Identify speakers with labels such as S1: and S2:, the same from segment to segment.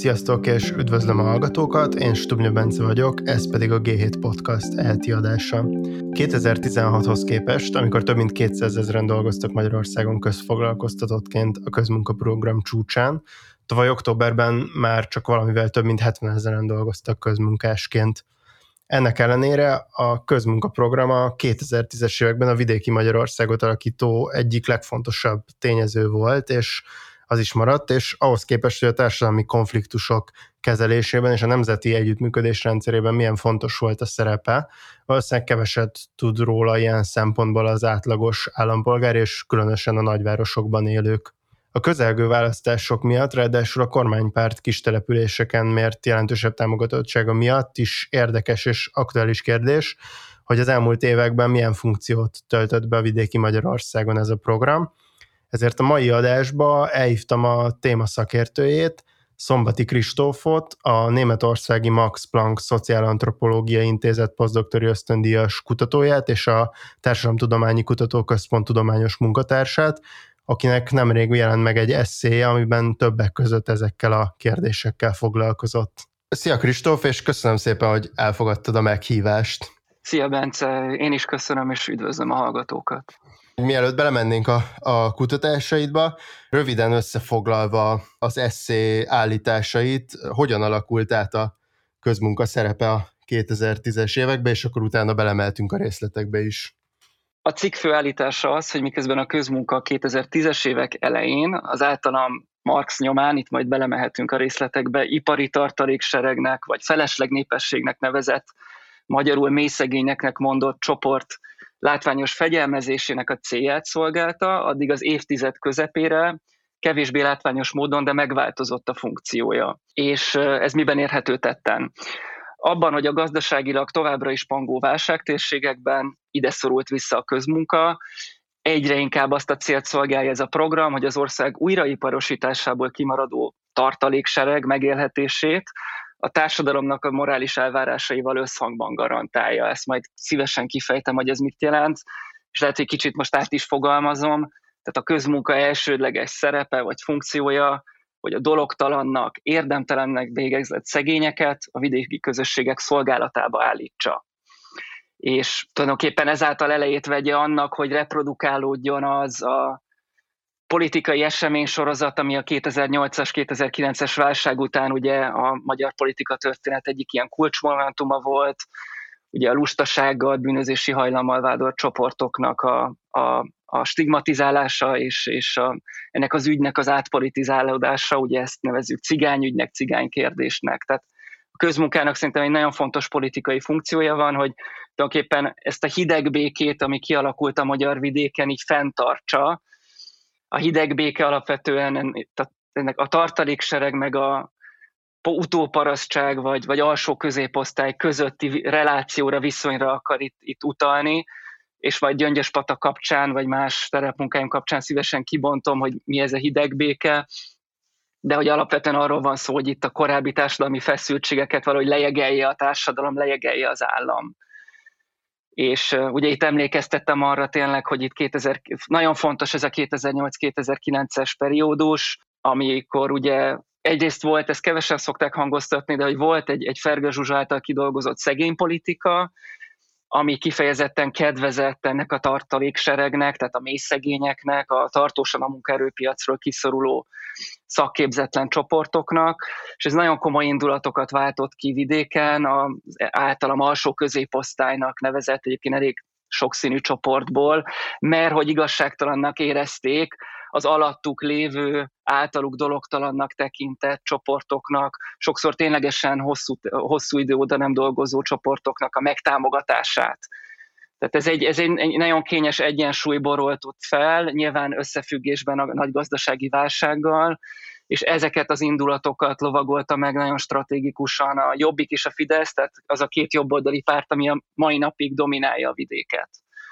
S1: Sziasztok, és üdvözlöm a hallgatókat, én Stubnya Bence vagyok, ez pedig a G7 Podcast heti adása. 2016-hoz képest, amikor több mint 200 000-en dolgoztak Magyarországon közfoglalkoztatottként a közmunkaprogram csúcsán, tavaly októberben már csak valamivel több mint 70 000-en dolgoztak közmunkásként. Ennek ellenére a közmunkaprogram a 2010-es években a vidéki Magyarországot alakító egyik legfontosabb tényező volt, és az is maradt, és ahhoz képest, hogy a társadalmi konfliktusok kezelésében és a nemzeti együttműködés rendszerében milyen fontos volt a szerepe, valószínűleg keveset tud róla ilyen szempontból az átlagos állampolgár, és különösen a nagyvárosokban élők. A közelgő választások miatt, ráadásul a kormánypárt kistelepüléseken mért jelentősebb támogatottsága miatt is érdekes és aktuális kérdés, hogy az elmúlt években milyen funkciót töltött be a vidéki Magyarországon ez a program. Ezért a mai adásba elhívtam a téma szakértőjét, Szombati Kristófot, a németországi Max Planck Szociálantropológiai Intézet posztdoktori ösztöndíjas kutatóját és a Társadalomtudományi Kutatóközpont tudományos munkatársát, akinek nemrég jelent meg egy esszéje, amiben többek között ezekkel a kérdésekkel foglalkozott. Szia Kristóf, és köszönöm szépen, hogy elfogadtad a meghívást.
S2: Szia Bence, én is köszönöm, és üdvözlöm a hallgatókat.
S1: Mielőtt belemennénk a kutatásaidba, röviden összefoglalva az esszé állításait, hogyan alakult át a közmunka szerepe a 2010-es években, és akkor utána belemeltünk a részletekbe is.
S2: A cikk főállítása az, hogy miközben a közmunka a 2010-es évek elején az általam Marx nyomán, itt majd belemehetünk a részletekbe, ipari tartalékseregnek vagy felesleg népességnek nevezett, magyarul mélyszegényeknek mondott csoport látványos fegyelmezésének a célját szolgálta, addig az évtized közepére kevésbé látványos módon, de megváltozott a funkciója. És ez miben érhető tetten? Abban, hogy a gazdaságilag továbbra is pangó válságtérségekben ide szorult vissza a közmunka, egyre inkább azt a célt szolgálja ez a program, hogy az ország újraiparosításából kimaradó tartaléksereg megélhetését a társadalomnak a morális elvárásaival összhangban garantálja. Ezt majd szívesen kifejtem, hogy ez mit jelent, és lehet, hogy kicsit most át is fogalmazom. Tehát a közmunka elsődleges szerepe vagy funkciója, hogy a dologtalannak, érdemtelennek végezett szegényeket a vidéki közösségek szolgálatába állítsa. És tulajdonképpen ezáltal elejét vegye annak, hogy reprodukálódjon az a politikai eseménysorozat, ami a 2008-as, 2009-es válság után ugye a magyar politika történet egyik ilyen kulcsmomentuma volt, ugye a lustasággal, bűnözési hajlammal vádolt csoportoknak a stigmatizálása és ennek az ügynek az átpolitizálódása, ugye ezt nevezzük cigányügynek, cigánykérdésnek. Tehát a közmunkának szerintem egy nagyon fontos politikai funkciója van, hogy tulajdonképpen ezt a hidegbékét, ami kialakult a magyar vidéken, így fenntartsa. A hidegbéke alapvetően ennek a tartaléksereg meg a utóparasztság vagy alsó középosztály közötti relációra, viszonyra akar itt utalni, és majd Gyöngyöspata kapcsán, vagy más terepmunkáim kapcsán szívesen kibontom, hogy mi ez a hidegbéke, de hogy alapvetően arról van szó, hogy itt a korábbi társadalmi feszültségeket valahogy lejegelje a társadalom, lejegelje az állam. És ugye itt emlékeztettem arra tényleg, hogy itt nagyon fontos ez a 2008-2009-es periódus, amikor ugye egyrészt volt, ezt kevesen szokták hangoztatni, de hogy volt egy Ferge Zsuzsa által kidolgozott szegénypolitika, ami kifejezetten kedvezett ennek a tartalékseregnek, tehát a mélyszegényeknek, a tartósan a munkaerőpiacról kiszoruló szakképzetlen csoportoknak, és ez nagyon komoly indulatokat váltott ki vidéken, az általam alsó középosztálynak nevezett egyébként elég sokszínű csoportból, mert hogy igazságtalannak érezték az alattuk lévő, általuk dologtalannak tekintett csoportoknak, sokszor ténylegesen hosszú idő óta nem dolgozó csoportoknak a megtámogatását. Tehát ez egy nagyon kényes egyensúlyból oltott fel, nyilván összefüggésben a nagy gazdasági válsággal, és ezeket az indulatokat lovagolta meg nagyon stratégikusan a Jobbik és a Fidesz, tehát az a két jobboldali párt, ami a mai napig dominálja a vidéket.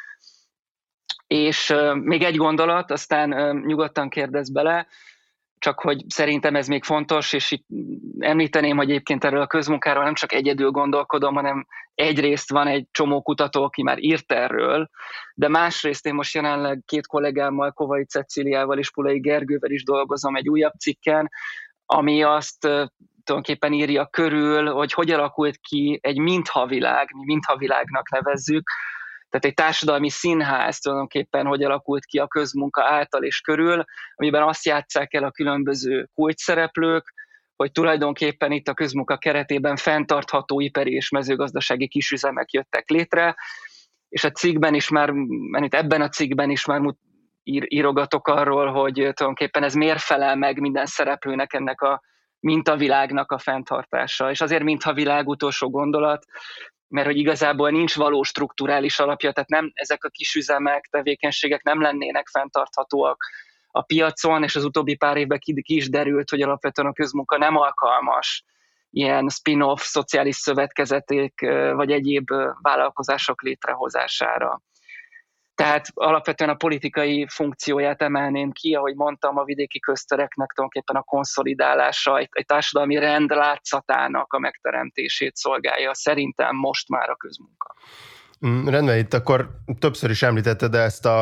S2: És még egy gondolat, aztán nyugodtan kérdezz bele, csak hogy szerintem ez még fontos, és itt említeném, hogy egyébként erről a közmunkáról nem csak egyedül gondolkodom, hanem egyrészt van egy csomó kutató, aki már írt erről, de másrészt én most jelenleg két kollégámmal, Kovai Cecíliával és Pulai Gergővel is dolgozom egy újabb cikken, ami azt tulajdonképpen írja körül, hogy alakult ki egy minthavilág, mi minthavilágnak nevezzük, tehát egy társadalmi színház tulajdonképpen hogy alakult ki a közmunka által és körül, amiben azt játsszák el a különböző kulcsszereplők, hogy tulajdonképpen itt a közmunka keretében fenntartható ipari és mezőgazdasági kisüzemek jöttek létre, és a cikkben is már, mert ebben a cikkben is már írogatok arról, hogy tulajdonképpen ez miért felel meg minden szereplőnek ennek a mintavilágnak a fenntartása. És azért mintavilág utolsó gondolat, mert hogy igazából nincs valós strukturális alapja, tehát nem, ezek a kisüzemek, tevékenységek nem lennének fenntarthatóak a piacon, és az utóbbi pár évben ki is derült, hogy alapvetően a közmunka nem alkalmas ilyen spin-off szociális szövetkezetek vagy egyéb vállalkozások létrehozására. Tehát alapvetően a politikai funkcióját emelném ki, ahogy mondtam, a vidéki köztereknek tulajdonképpen a konszolidálása, egy társadalmi rend látszatának a megteremtését szolgálja szerintem most már a közmunka.
S1: Rendben, itt akkor többször is említetted ezt a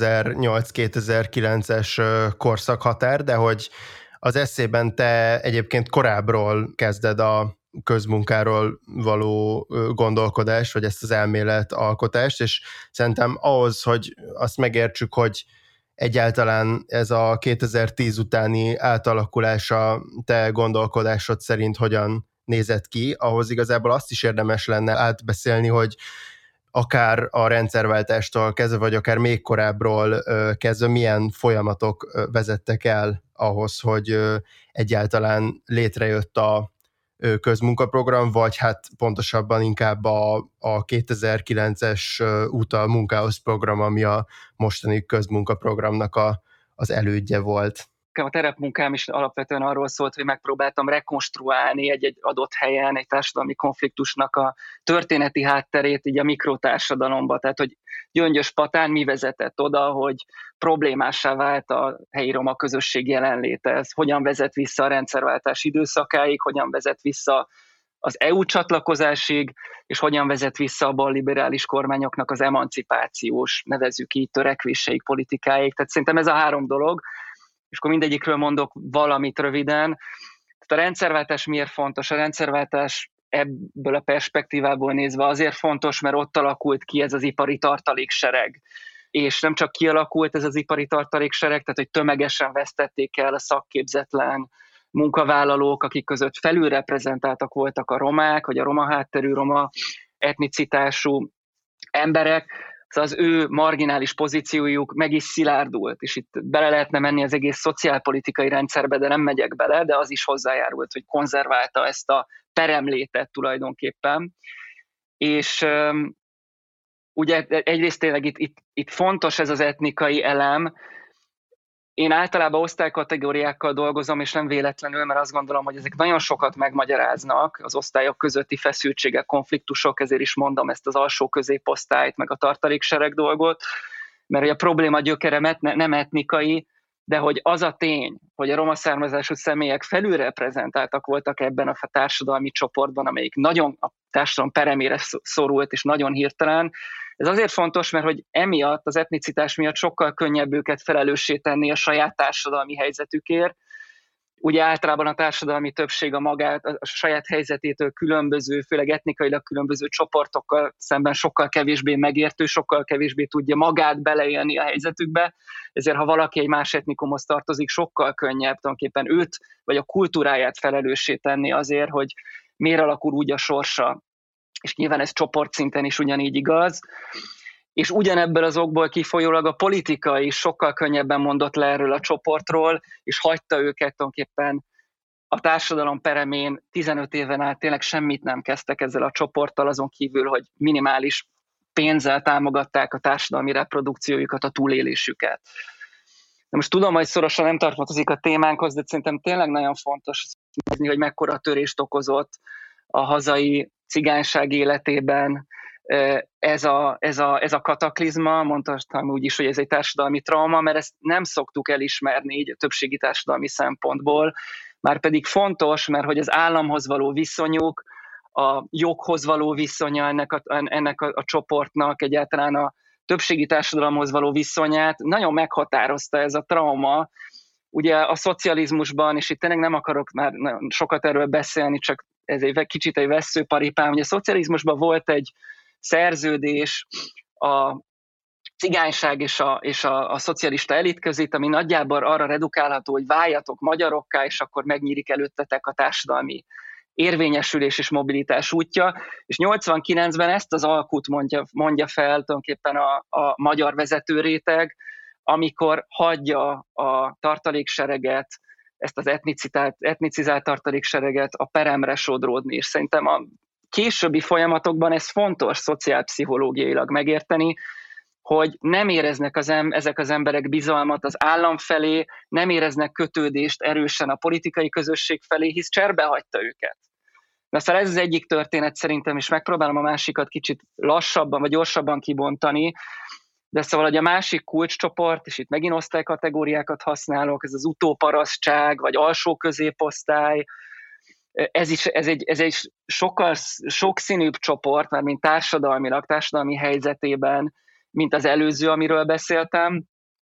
S1: 2008-2009-es korszakhatár, de hogy az esszében te egyébként korábbról kezded a közmunkáról való gondolkodást, vagy ezt az elméletalkotást, és szerintem ahhoz, hogy azt megértsük, hogy egyáltalán ez a 2010 utáni átalakulása te gondolkodásod szerint hogyan nézett ki, ahhoz igazából azt is érdemes lenne átbeszélni, hogy akár a rendszerváltástól kezdve, vagy akár még korábbról kezdve milyen folyamatok vezettek el ahhoz, hogy egyáltalán létrejött a közmunkaprogram, vagy hát pontosabban inkább a 2009-es út a munkához program, ami a mostani közmunkaprogramnak az elődje volt.
S2: A terepmunkám is alapvetően arról szólt, hogy megpróbáltam rekonstruálni egy adott helyen egy társadalmi konfliktusnak a történeti hátterét így a mikrotársadalomba. Tehát, hogy Gyöngyöspatán mi vezetett oda, hogy problémássá vált a helyi roma közösség jelenléte. Ez hogyan vezet vissza a rendszerváltás időszakáig, hogyan vezet vissza az EU csatlakozásig, és hogyan vezet vissza a balliberális kormányoknak az emancipációs, nevezzük így, törekvéseik, politikáig. Tehát szerintem ez a három dolog, és akkor mindegyikről mondok valamit röviden. Tehát a rendszerváltás miért fontos? A rendszerváltás ebből a perspektívából nézve azért fontos, mert ott alakult ki ez az ipari tartaléksereg. És nem csak kialakult ez az ipari tartaléksereg, tehát hogy tömegesen vesztették el a szakképzetlen munkavállalók, akik között felülreprezentáltak voltak a romák, vagy a roma hátterű, roma etnicitású emberek, szóval az ő marginális pozíciójuk meg is szilárdult, és itt bele lehetne menni az egész szociálpolitikai rendszerbe, de nem megyek bele, de az is hozzájárult, hogy konzerválta ezt a peremlétet tulajdonképpen. És ugye egyrészt tényleg itt fontos ez az etnikai elem. Én általában osztálykategóriákkal dolgozom, és nem véletlenül, mert azt gondolom, hogy ezek nagyon sokat megmagyaráznak, az osztályok közötti feszültségek, konfliktusok, ezért is mondom ezt az alsó középosztályt, meg a tartaléksereg dolgot, mert a probléma gyökere nem etnikai, de hogy az a tény, hogy a roma származású személyek felülreprezentáltak voltak ebben a társadalmi csoportban, amelyik nagyon a társadalom peremére szorult, és nagyon hirtelen. Ez azért fontos, mert hogy emiatt, az etnicitás miatt sokkal könnyebb őket felelőssé tenni a saját társadalmi helyzetükért. Ugye általában a társadalmi többség a saját helyzetétől különböző, főleg etnikailag különböző csoportokkal szemben sokkal kevésbé megértő, sokkal kevésbé tudja magát beleélni a helyzetükbe. Ezért, ha valaki egy más etnikumhoz tartozik, sokkal könnyebb tulajdonképpen őt vagy a kultúráját felelőssé tenni azért, hogy miért alakul úgy a sorsa. És nyilván ez csoportszinten is ugyanígy igaz. És ugyanebből az okból kifolyólag a politika is sokkal könnyebben mondott le erről a csoportról, és hagyta őket tulajdonképpen a társadalom peremén 15 éven át tényleg semmit nem kezdtek ezzel a csoporttal, azon kívül, hogy minimális pénzzel támogatták a társadalmi reprodukciójukat, a túlélésüket. De most tudom, hogy szorosan nem tartozik a témánkhoz, de szerintem tényleg nagyon fontos nézni, hogy mekkora törést okozott a hazai cigányság életében ez a kataklizma, mondtam úgy is, hogy ez egy társadalmi trauma, mert ezt nem szoktuk elismerni így a többségi társadalmi szempontból, már pedig fontos, mert hogy az államhoz való viszonyuk, a joghoz való viszonya ennek a csoportnak, egyáltalán a többségi társadalomhoz való viszonyát nagyon meghatározta ez a trauma, ugye a szocializmusban, és itt tényleg nem akarok már nagyon sokat erről beszélni, csak ez egy kicsit egy vesszőparipám, ugye a szocializmusban volt egy szerződés a cigányság és a szocialista elit között, ami nagyjából arra redukálható, hogy váljatok magyarokká, és akkor megnyílik előttetek a társadalmi érvényesülés és mobilitás útja, és 89-ben ezt az alkut mondja fel tulajdonképpen a magyar vezetőréteg, amikor hagyja a tartaléksereget, ezt az etnicizált tartaléksereget a peremre sodródni, és szerintem a későbbi folyamatokban ez fontos szociálpszichológiailag megérteni, hogy nem éreznek ezek az emberek bizalmat az állam felé, nem éreznek kötődést erősen a politikai közösség felé, hisz cserbe hagyta őket. Na szóval ez az egyik történet szerintem, és megpróbálom a másikat kicsit lassabban vagy gyorsabban kibontani, de szóval, hogy a másik kulcscsoport, és itt megint osztálykategóriákat használok, ez az utóparasztság, vagy alsó középosztály, ez egy sokkal sokszínűbb csoport, már mint társadalmi helyzetében, mint az előző, amiről beszéltem.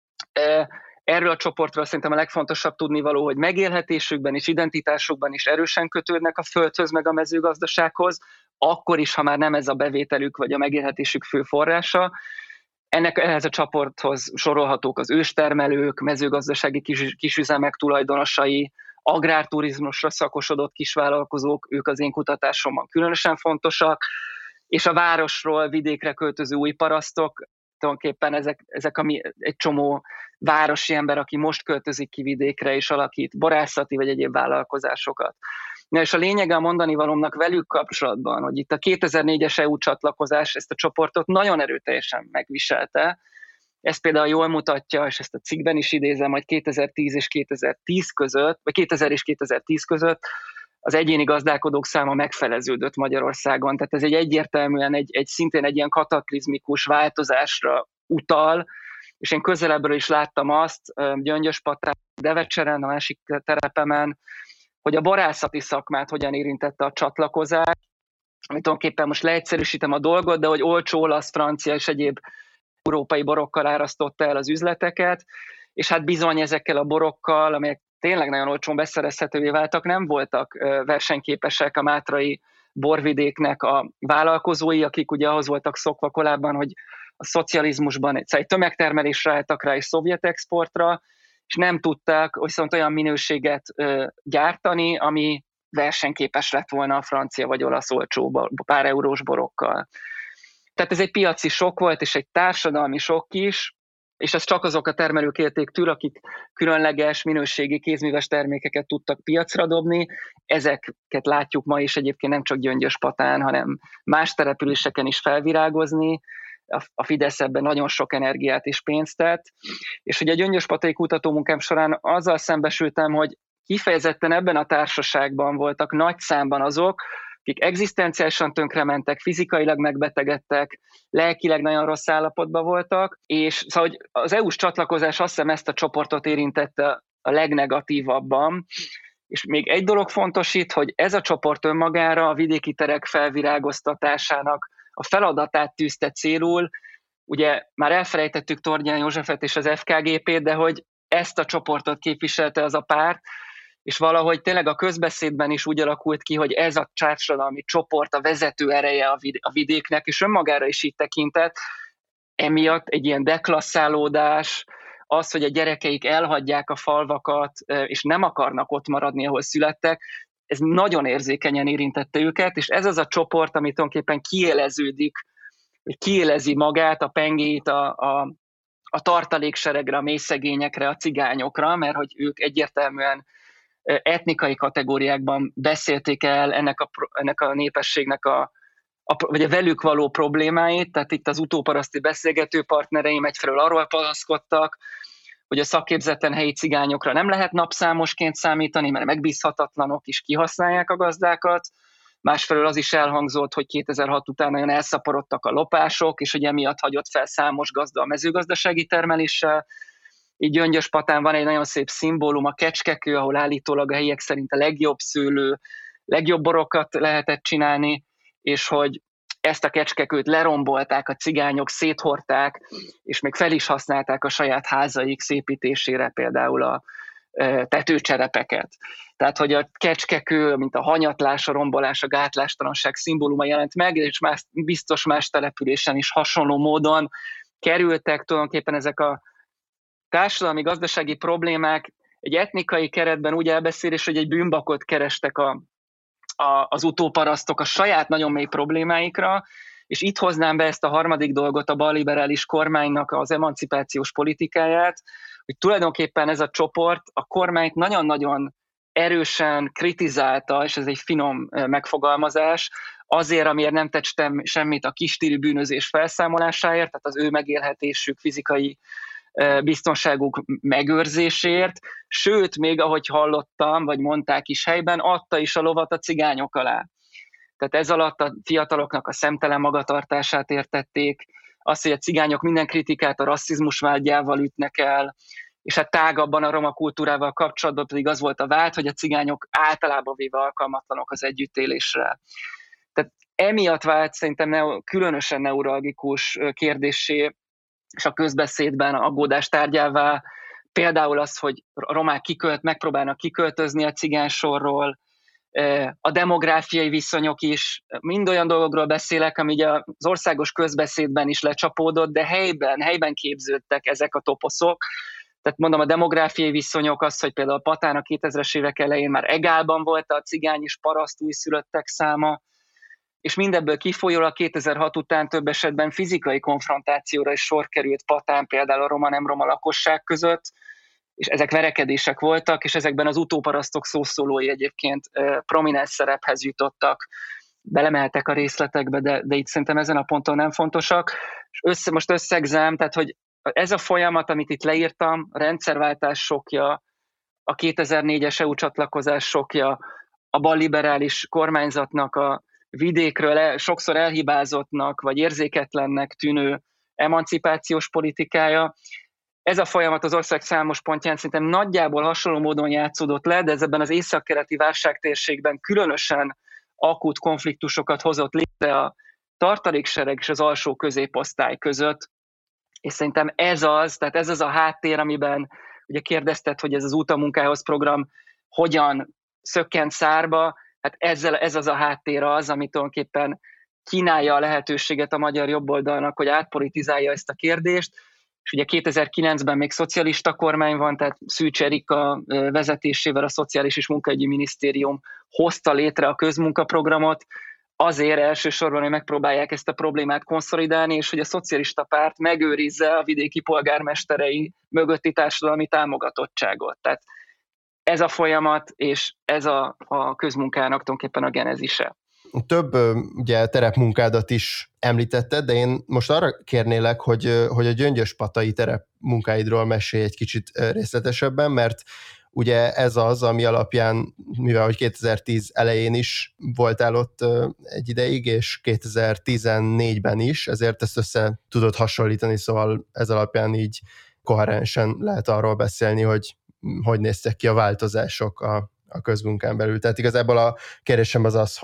S2: Erről a csoportról szerintem a legfontosabb tudnivaló, hogy megélhetésükben és identitásukban is erősen kötődnek a földhöz, meg a mezőgazdasághoz, akkor is, ha már nem ez a bevételük vagy a megélhetésük fő forrása. Ehhez a csoporthoz sorolhatók az őstermelők, mezőgazdasági kisüzemek tulajdonosai, agrárturizmusra szakosodott kisvállalkozók, ők az én kutatásomban különösen fontosak, és a városról vidékre költöző új parasztok, tulajdonképpen ezek egy csomó városi ember, aki most költözik ki vidékre és alakít borászati vagy egyéb vállalkozásokat. Na és a lényege a mondani valómnak velük kapcsolatban, hogy itt a 2004-es EU csatlakozás ezt a csoportot nagyon erőteljesen megviselte. Ez például jól mutatja, és ezt a cikkben is idézem, hogy 2010 és 2010 között, vagy 2000 és 2010 között az egyéni gazdálkodók száma megfeleződött Magyarországon. Tehát ez egyértelműen szintén egy ilyen kataklizmikus változásra utal, és én közelebbről is láttam azt, Gyöngyöspatán, Devecseren, a másik terepemen, hogy a borászati szakmát hogyan érintette a csatlakozás, amit tulajdonképpen most leegyszerűsítem a dolgot, de hogy olcsó olasz, francia és egyéb európai borokkal árasztotta el az üzleteket, és hát bizony ezekkel a borokkal, amelyek tényleg nagyon olcsón beszerezhetővé váltak, nem voltak versenyképesek a mátrai borvidéknek a vállalkozói, akik ugye ahhoz voltak szokva korábban, hogy a szocializmusban egy tömegtermelésre álltak rá és szovjet exportra, és nem tudták viszont olyan minőséget gyártani, ami versenyképes lett volna a francia vagy olasz olcsó pár eurós borokkal. Tehát ez egy piaci sok volt, és egy társadalmi sok is, és ezt csak azok a termelők élték túl, akik különleges, minőségi kézműves termékeket tudtak piacra dobni. Ezeket látjuk ma is egyébként nem csak Gyöngyöspatán, hanem más településeken is felvirágozni. A Fidesz ebben nagyon sok energiát és pénzt tett. És ugye a gyöngyöspatai kutatómunkám során azzal szembesültem, hogy kifejezetten ebben a társaságban voltak nagy számban azok, akik egzisztenciálisan tönkrementek, fizikailag megbetegedtek, lelkileg nagyon rossz állapotban voltak, és szóval hogy az EU-s csatlakozás azt hiszem ezt a csoportot érintette a legnegatívabban, és még egy dolog fontos itt, hogy ez a csoport önmagára a vidéki terek felvirágoztatásának a feladatát tűzte célul. Ugye már elfelejtettük Tornyán Józsefet és az FKGP-t, de hogy ezt a csoportot képviselte az a párt, és valahogy tényleg a közbeszédben is úgy alakult ki, hogy ez a társadalmi csoport a vezető ereje a vidéknek, és önmagára is így tekintett. Emiatt egy ilyen deklasszálódás, az, hogy a gyerekeik elhagyják a falvakat, és nem akarnak ott maradni, ahol születtek, ez nagyon érzékenyen érintette őket, és ez az a csoport, ami tulajdonképpen kiéleződik, hogy kiélezi magát, a pengét, a tartalékseregre, a mélyszegényekre, a cigányokra, mert hogy ők egyértelműen etnikai kategóriákban beszélték el ennek a népességnek vagy a velük való problémáit, tehát itt az utóparaszti beszélgető partnereim egyfelől arról panaszkodtak, hogy a szakképzetlen helyi cigányokra nem lehet napszámosként számítani, mert megbízhatatlanok is kihasználják a gazdákat. Másfelől az is elhangzott, hogy 2006 után nagyon elszaporodtak a lopások, és hogy emiatt hagyott fel számos gazda a mezőgazdasági termeléssel. Így Gyöngyöspatán van egy nagyon szép szimbólum, a kecskekő, ahol állítólag a helyiek szerint a legjobb szőlő, legjobb borokat lehetett csinálni, és hogy ezt a kecskekőt lerombolták, a cigányok széthordták, és még fel is használták a saját házaik szépítésére, például tetőcserepeket. Tehát, hogy a kecskekő, mint a hanyatlás, a rombolás, a gátlástalanság szimbóluma jelent meg, és biztos más településen is hasonló módon kerültek tulajdonképpen ezek a társadalmi-gazdasági problémák egy etnikai keretben úgy elbeszélés, hogy egy bűnbakot kerestek az utóparasztok a saját nagyon mély problémáikra, és itt hoznám be ezt a harmadik dolgot, a balliberális kormánynak az emancipációs politikáját, hogy tulajdonképpen ez a csoport a kormányt nagyon-nagyon erősen kritizálta, és ez egy finom megfogalmazás, azért, amiért nem tett semmit a kisstílű bűnözés felszámolásáért, tehát az ő megélhetésük, fizikai biztonságuk megőrzésért, sőt, még ahogy hallottam, vagy mondták is helyben, adta is a lovat a cigányok alá. Tehát ez alatt a fiataloknak a szemtelen magatartását értették, azt, hogy a cigányok minden kritikát a rasszizmus vágyával ütnek el, és hát tágabban a roma kultúrával kapcsolatban pedig az volt a vád, hogy a cigányok általában véve alkalmatlanok az együttélésre. Tehát emiatt vált szerintem különösen neuralgikus kérdéssé, és a közbeszédben aggódás tárgyává például az, hogy a romák megpróbálnak kiköltözni a cigánysorról, a demográfiai viszonyok is, mind olyan dolgokról beszélek, ami ugye az országos közbeszédben is lecsapódott, de helyben képződtek ezek a toposzok. Tehát mondom, a demográfiai viszonyok az, hogy például Patán a 2000-es évek elején már egálban volt a cigány és paraszt újszülöttek száma, és mindebből kifolyólag 2006 után több esetben fizikai konfrontációra is sor került Patán, például a roma-nem roma lakosság között, és ezek verekedések voltak, és ezekben az utóparasztok szószólói egyébként prominens szerephez jutottak, belemeltek a részletekbe, de itt szerintem ezen a ponton nem fontosak. És most összegzem, tehát hogy ez a folyamat, amit itt leírtam, a rendszerváltás sokja, a 2004-es EU csatlakozás sokja, a balliberális kormányzatnak a vidékről sokszor elhibázottnak vagy érzéketlennek tűnő emancipációs politikája. Ez a folyamat az ország számos pontján szerintem nagyjából hasonló módon játszódott le, de ez ebben az északkeleti válságtérségben különösen akut konfliktusokat hozott létre a tartaléksereg és az alsó középosztály között. És szerintem ez az a háttér, amiben ugye kérdezted, hogy ez az Út a munkához program hogyan szökkent szárba, hát ez az a háttér az, ami tulajdonképpen kínálja a lehetőséget a magyar jobboldalnak, hogy átpolitizálja ezt a kérdést. És ugye 2009-ben még szocialista kormány van, tehát Szűcs Erika vezetésével a Szociális és Munkaügyi Minisztérium hozta létre a közmunkaprogramot, azért elsősorban, hogy megpróbálják ezt a problémát konszolidálni, és hogy a szocialista párt megőrizze a vidéki polgármesterei mögötti társadalmi támogatottságot. Tehát ez a folyamat, és ez a közmunkának tulajdonképpen a genezise.
S1: Több ugye terepmunkádat is említetted, de én most arra kérnélek, hogy a gyöngyöspatai terepmunkáidról mesélj egy kicsit részletesebben, mert ugye ez az, ami alapján, mivel hogy 2010 elején is voltál ott egy ideig, és 2014-ben is, ezért ezt össze tudod hasonlítani, szóval ez alapján így koherensen lehet arról beszélni, hogy néztek ki a változások a közmunkán belül. Tehát igazából a kérdésem az,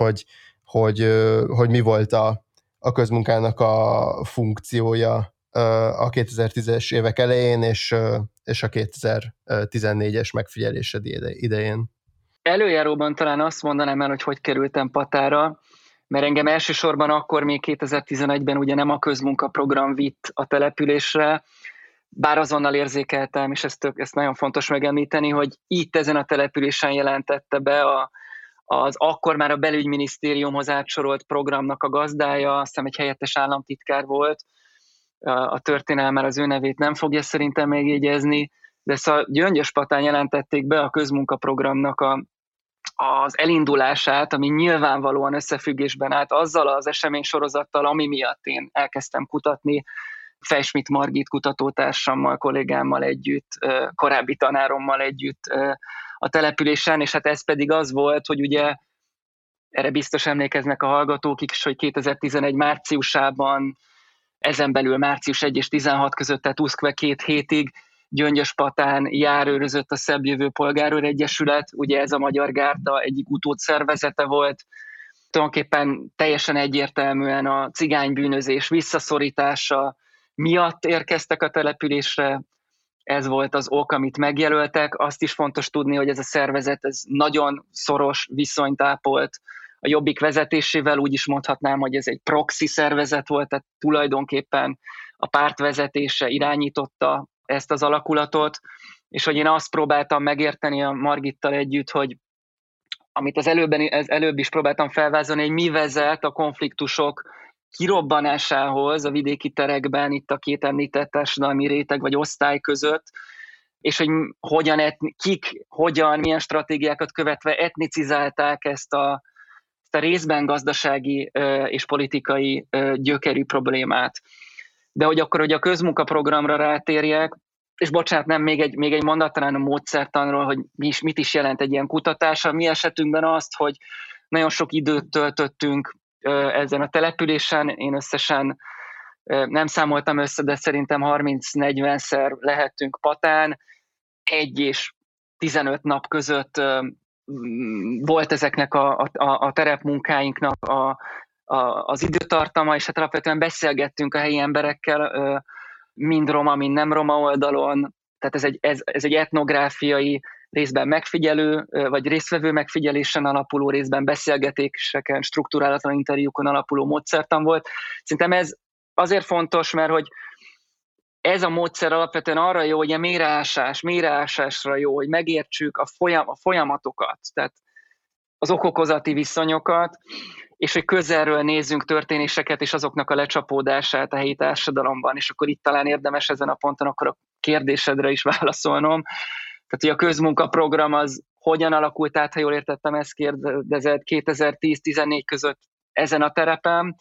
S1: hogy mi volt a közmunkának a funkciója a 2010-es évek elején és a 2014-es megfigyelésed idején.
S2: Előjáróban talán azt mondanám el, hogy kerültem Patára, mert engem elsősorban akkor még 2011-ben ugye nem a közmunkaprogram vitt a településre, bár azonnal érzékeltem, és ezt nagyon fontos megemlíteni, hogy itt ezen a településen jelentette be az akkor már a belügyminisztériumhoz átsorolt programnak a gazdája, azt hiszem egy helyettes államtitkár volt, a történelemmel az ő nevét nem fogja szerintem megjegyezni, de szóval Gyöngyöspatán jelentették be a közmunkaprogramnak az elindulását, ami nyilvánvalóan összefüggésben állt azzal az eseménysorozattal, ami miatt én elkezdtem kutatni, Fejsmit Margit kutatótársammal, kollégámmal együtt, korábbi tanárommal együtt a településen, és hát ez pedig az volt, hogy ugye erre biztos emlékeznek a hallgatók is, hogy 2011 márciusában, ezen belül március 1 és 16 között, tehát 2 hétig Gyöngyöspatán járőrözött a Szebbjövő Polgárőr Egyesület, ugye ez a Magyar Gárda egyik utódszervezete volt, tulajdonképpen teljesen egyértelműen a cigánybűnözés visszaszorítása miatt érkeztek a településre, ez volt az ok, amit megjelöltek. Azt is fontos tudni, hogy ez a szervezet ez nagyon szoros viszonyt ápolt a Jobbik vezetésével, úgy is mondhatnám, hogy ez egy proxy szervezet volt, tehát tulajdonképpen a párt vezetése irányította ezt az alakulatot, és hogy én azt próbáltam megérteni a Margittal együtt, hogy amit az előbb is próbáltam felvázolni, hogy mi vezet a konfliktusok kirobbanásához a vidéki terekben, itt a két említett társadalmi réteg vagy osztály között, és hogy milyen stratégiákat követve etnicizálták ezt a részben gazdasági és politikai gyökerű problémát. De hogy a közmunkaprogramra rátérjek, és bocsánat, nem, még egy mondat talán a módszertanról, hogy mit is jelent egy ilyen kutatás. A mi esetünkben azt, hogy nagyon sok időt töltöttünk ezen a településen, én összesen nem számoltam össze, de szerintem 30-40-szer lehettünk Patán, 1 és 15 nap között volt ezeknek a terepmunkáinknak az időtartama, és hát alapvetően beszélgettünk a helyi emberekkel, mind roma, mind nem roma oldalon, tehát ez egy etnográfiai, részben megfigyelő, vagy résztvevő megfigyelésen alapuló, részben beszélgetéseken, strukturálatlan interjúkon alapuló módszertan volt. Szerintem ez azért fontos, mert hogy ez a módszer alapvetően arra jó, hogy a mélyreásásra jó, hogy megértsük a folyamatokat, tehát az okokozati viszonyokat, és hogy közelről nézzünk történéseket és azoknak a lecsapódását a helyi társadalomban, és akkor itt talán érdemes ezen a ponton akkor a kérdésedre is válaszolnom. Tehát, hogy a közmunkaprogram az hogyan alakult át, ha jól értettem, ezt kérdezed 2010-14 között ezen a terepen.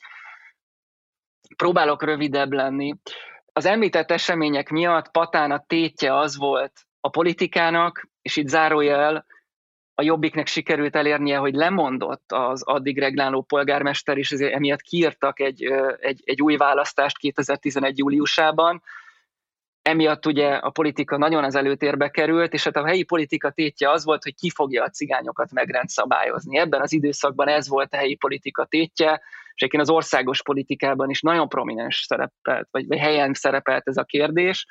S2: Próbálok rövidebb lenni. Az említett események miatt Patán a tétje az volt a politikának, és itt zárójel, a Jobbiknek sikerült elérnie, hogy lemondott az addig regláló polgármester, és ezért emiatt kiírtak egy új választást 2011. júliusában. Emiatt ugye a politika nagyon az előtérbe került, és hát a helyi politika tétje az volt, hogy ki fogja a cigányokat megrendszabályozni. Ebben az időszakban ez volt a helyi politika tétje, és egyébként az országos politikában is nagyon prominens szerepelt, vagy helyen szerepelt ez a kérdés.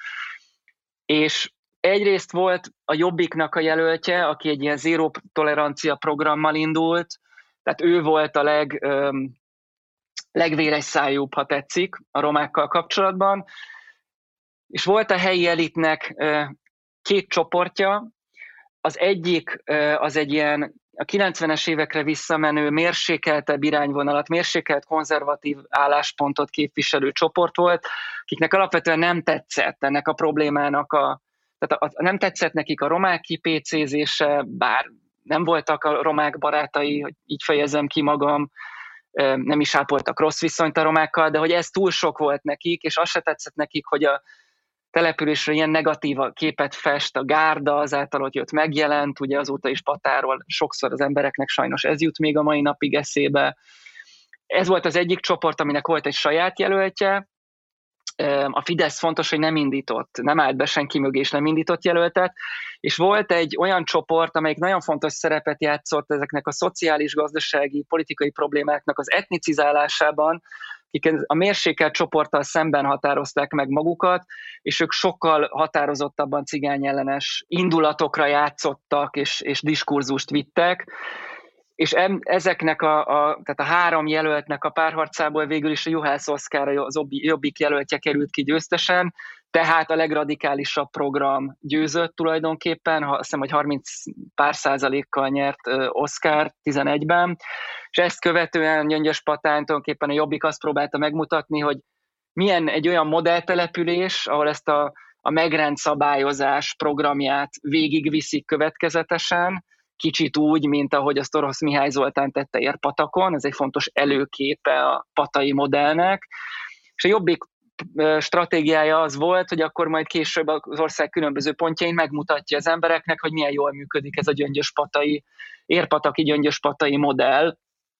S2: És egyrészt volt a Jobbiknak a jelöltje, aki egy ilyen zéró tolerancia programmal indult, tehát ő volt a legvéresszájúbb, ha tetszik, a romákkal kapcsolatban, és volt a helyi elitnek 2 csoportja, az egyik az egy ilyen a 90-es évekre visszamenő mérsékeltebb irányvonalat, mérsékelt konzervatív álláspontot képviselő csoport volt, akiknek alapvetően nem tetszett ennek a problémának tehát nem tetszett nekik a romák kipécézése, bár nem voltak a romák barátai, hogy így fejezem ki magam, nem is ápoltak rossz viszonyt a romákkal, de hogy ez túl sok volt nekik, és azt se tetszett nekik, hogy a településről ilyen negatív képet fest a gárda, azáltal, hogy ott megjelent, ugye azóta is Patáról sokszor az embereknek sajnos ez jut még a mai napig eszébe. Ez volt az egyik csoport, aminek volt egy saját jelöltje. A Fidesz fontos, hogy nem állt be senki mögé, és nem indított jelöltet, és volt egy olyan csoport, amelyik nagyon fontos szerepet játszott ezeknek a szociális, gazdasági, politikai problémáknak az etnicizálásában, akik a mérsékelt csoporttal szemben határozták meg magukat, és ők sokkal határozottabban cigányellenes indulatokra játszottak, és diskurzust vittek, és ezeknek tehát a 3 jelöltnek a párharcából végül is a Juhász Oszkár, az Jobbik jelöltje került ki győztesen, tehát a legradikálisabb program győzött tulajdonképpen, azt hiszem, hogy 30 pár százalékkal nyert Oszkár 11-ben, és ezt követően Gyöngyöspatán tulajdonképpen a Jobbik azt próbálta megmutatni, hogy milyen egy olyan modelltelepülés, ahol ezt a megrendszabályozás programját végigviszik következetesen, kicsit úgy, mint ahogy azt Orosz Mihály Zoltán tette Érpatakon, ez egy fontos előképe a patai modellnek, és a Jobbik stratégiája az volt, hogy akkor majd később az ország különböző pontjain megmutatja az embereknek, hogy milyen jól működik ez a érpataki gyöngyöspatai modell.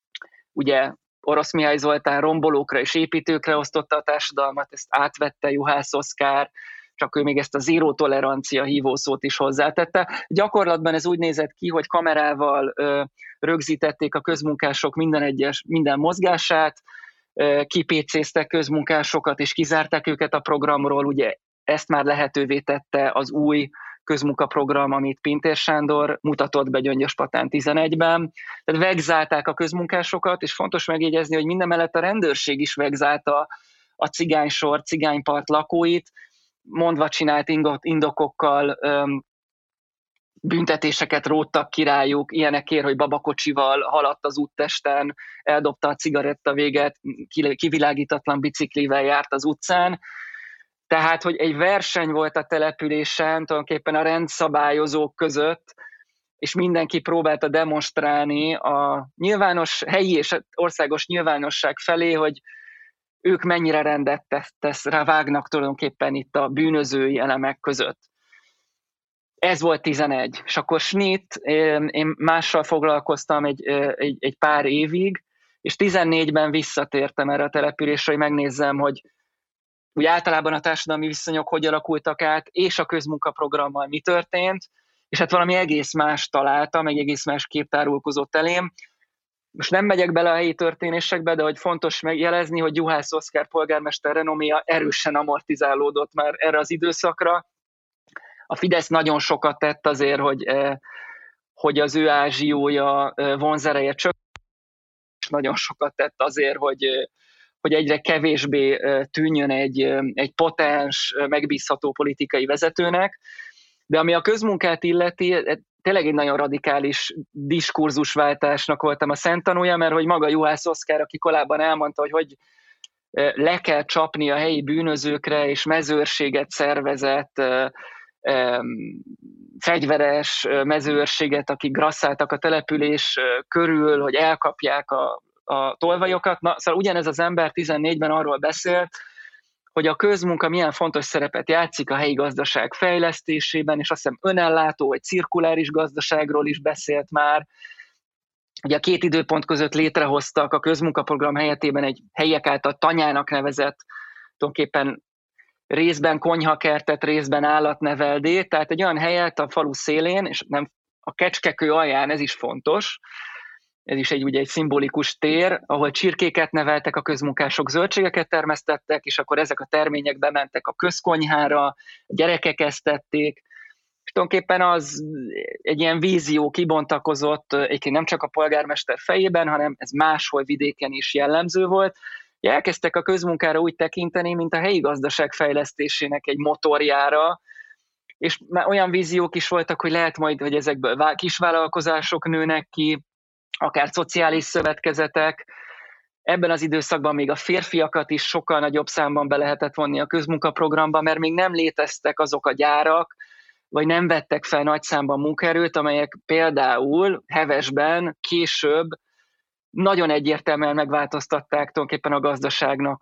S2: Ugye Orosz Mihály Zoltán rombolókra és építőkre osztotta a társadalmat, ezt átvette Juhász Oszkár, csak ő még ezt a zéró tolerancia hívószót is hozzátette. Gyakorlatban ez úgy nézett ki, hogy kamerával rögzítették a közmunkások minden mozgását, kipécéztek közmunkásokat, és kizárták őket a programról, ugye ezt már lehetővé tette az új közmunkaprogram, amit Pintér Sándor mutatott be Gyöngyöspatán 11-ben. Tehát vegzálták a közmunkásokat, és fontos megjegyezni, hogy mindemellett a rendőrség is vegzálta a cigánysor, cigánypart lakóit, mondva csinált indokokkal büntetéseket róttak ki rájuk, ilyenekért, hogy babakocsival haladt az úttesten, eldobta a cigarettavéget, kivilágítatlan biciklivel járt az utcán. Tehát, hogy egy verseny volt a településen, tulajdonképpen a rendszabályozók között, és mindenki próbálta demonstrálni a nyilvános, helyi és országos nyilvánosság felé, hogy ők mennyire rendet vágnak tulajdonképpen itt a bűnözői elemek között. Ez volt 11. És akkor Schnitt, én mással foglalkoztam egy pár évig, és 14-ben visszatértem erre a településre, hogy megnézzem, hogy úgy általában a társadalmi viszonyok hogy alakultak át, és a közmunkaprogrammal mi történt, és hát valami egész más találtam, egy egész más kép tárulkozott elém. Most nem megyek bele a helyi történésekbe, de hogy fontos megjelezni, hogy Juhász Oszkár polgármester renoméja erősen amortizálódott már erre az időszakra. A Fidesz nagyon sokat tett azért, hogy az ő ázsiója vonzereje csökkent, és nagyon sokat tett azért, hogy egyre kevésbé tűnjön egy potens, megbízható politikai vezetőnek. De ami a közmunkát illeti, tényleg egy nagyon radikális diskurzusváltásnak voltam a szemtanúja, mert hogy maga Juhász Oszkár, aki korábban elmondta, hogy le kell csapni a helyi bűnözőkre, és mezőrséget szervezett, fegyveres mezőrséget, akik grasszáltak a település körül, hogy elkapják a tolvajokat. Na, szóval ugyanez az ember 14-ben arról beszélt, hogy a közmunka milyen fontos szerepet játszik a helyi gazdaság fejlesztésében, és azt hiszem önellátó, vagy cirkuláris gazdaságról is beszélt már. Ugye a két időpont között létrehoztak a közmunkaprogram helyetében egy helyiek által tanyának nevezett, tulajdonképpen részben konyhakertet, részben állatneveldét, tehát egy olyan helyet a falu szélén, és nem a Kecskekő alján, ez is fontos, ez is ugye egy szimbolikus tér, ahol csirkéket neveltek a közmunkások, zöldségeket termesztettek, és akkor ezek a termények bementek a közkonyhára, a gyerekek esztették, és tulajdonképpen az egy ilyen vízió kibontakozott, egyébként nem csak a polgármester fejében, hanem ez máshol vidéken is jellemző volt. Elkezdtek a közmunkára úgy tekinteni, mint a helyi gazdaság fejlesztésének egy motorjára, és már olyan víziók is voltak, hogy lehet majd, hogy ezekből kisvállalkozások nőnek ki, akár szociális szövetkezetek. Ebben az időszakban még a férfiakat is sokkal nagyobb számban be lehetett vonni a közmunkaprogramba, mert még nem léteztek azok a gyárak, vagy nem vettek fel nagy számban munkaerőt, amelyek például Hevesben később nagyon egyértelműen megváltoztatták tulajdonképpen a gazdaságnak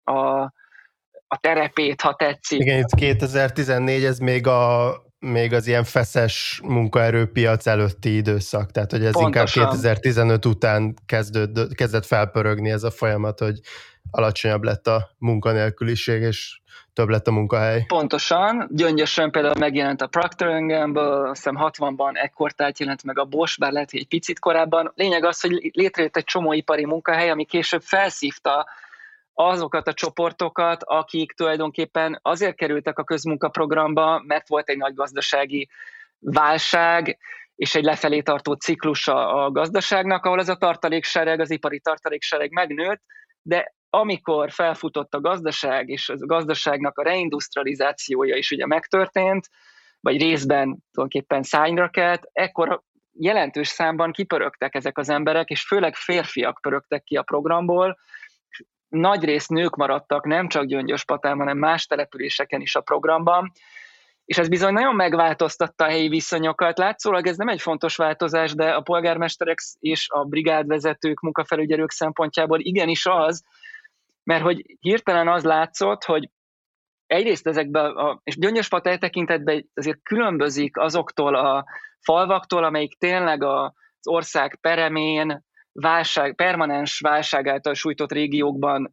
S2: a terepét, ha tetszik.
S1: Igen, itt 2014 ez még az ilyen feszes munkaerőpiac előtti időszak, tehát hogy ez pontosan. Inkább 2015 után kezdett felpörögni ez a folyamat, hogy alacsonyabb lett a munkanélküliség, és több lett a munkahely.
S2: Pontosan. Gyöngyösön például megjelent a Procter & Gamble, azt hiszem 60-ban ekkortájt jelent meg a Bosch, bár lehet, hogy egy picit korábban. Lényeg az, hogy létrejött egy csomó ipari munkahely, ami később felszívta azokat a csoportokat, akik tulajdonképpen azért kerültek a közmunkaprogramba, mert volt egy nagy gazdasági válság, és egy lefelé tartó ciklusa a gazdaságnak, ahol ez a tartaléksereg, az ipari tartaléksereg megnőtt, de amikor felfutott a gazdaság, és a gazdaságnak a reindustrializációja is ugye megtörtént, vagy részben tulajdonképpen szárnyra kelt, ekkor jelentős számban kipörögtek ezek az emberek, és főleg férfiak pörögtek ki a programból. Nagyrészt nők maradtak, nem csak Gyöngyöspatán, hanem más településeken is a programban, és ez bizony nagyon megváltoztatta a helyi viszonyokat. Látszólag ez nem egy fontos változás, de a polgármesterek és a brigádvezetők, munkafelügyelők szempontjából igenis az, mert hogy hirtelen az látszott, hogy egyrészt ezekben, és Gyöngyöspata tekintetben azért különbözik azoktól a falvaktól, amelyik tényleg az ország peremén, permanens válság által sújtott régiókban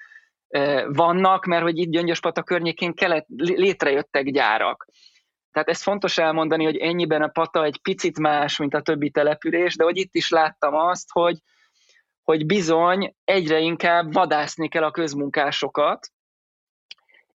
S2: vannak, mert hogy itt Gyöngyöspata környékén létrejöttek gyárak. Tehát ez fontos elmondani, hogy ennyiben a Pata egy picit más, mint a többi település, de hogy itt is láttam azt, hogy bizony egyre inkább vadászni kell a közmunkásokat,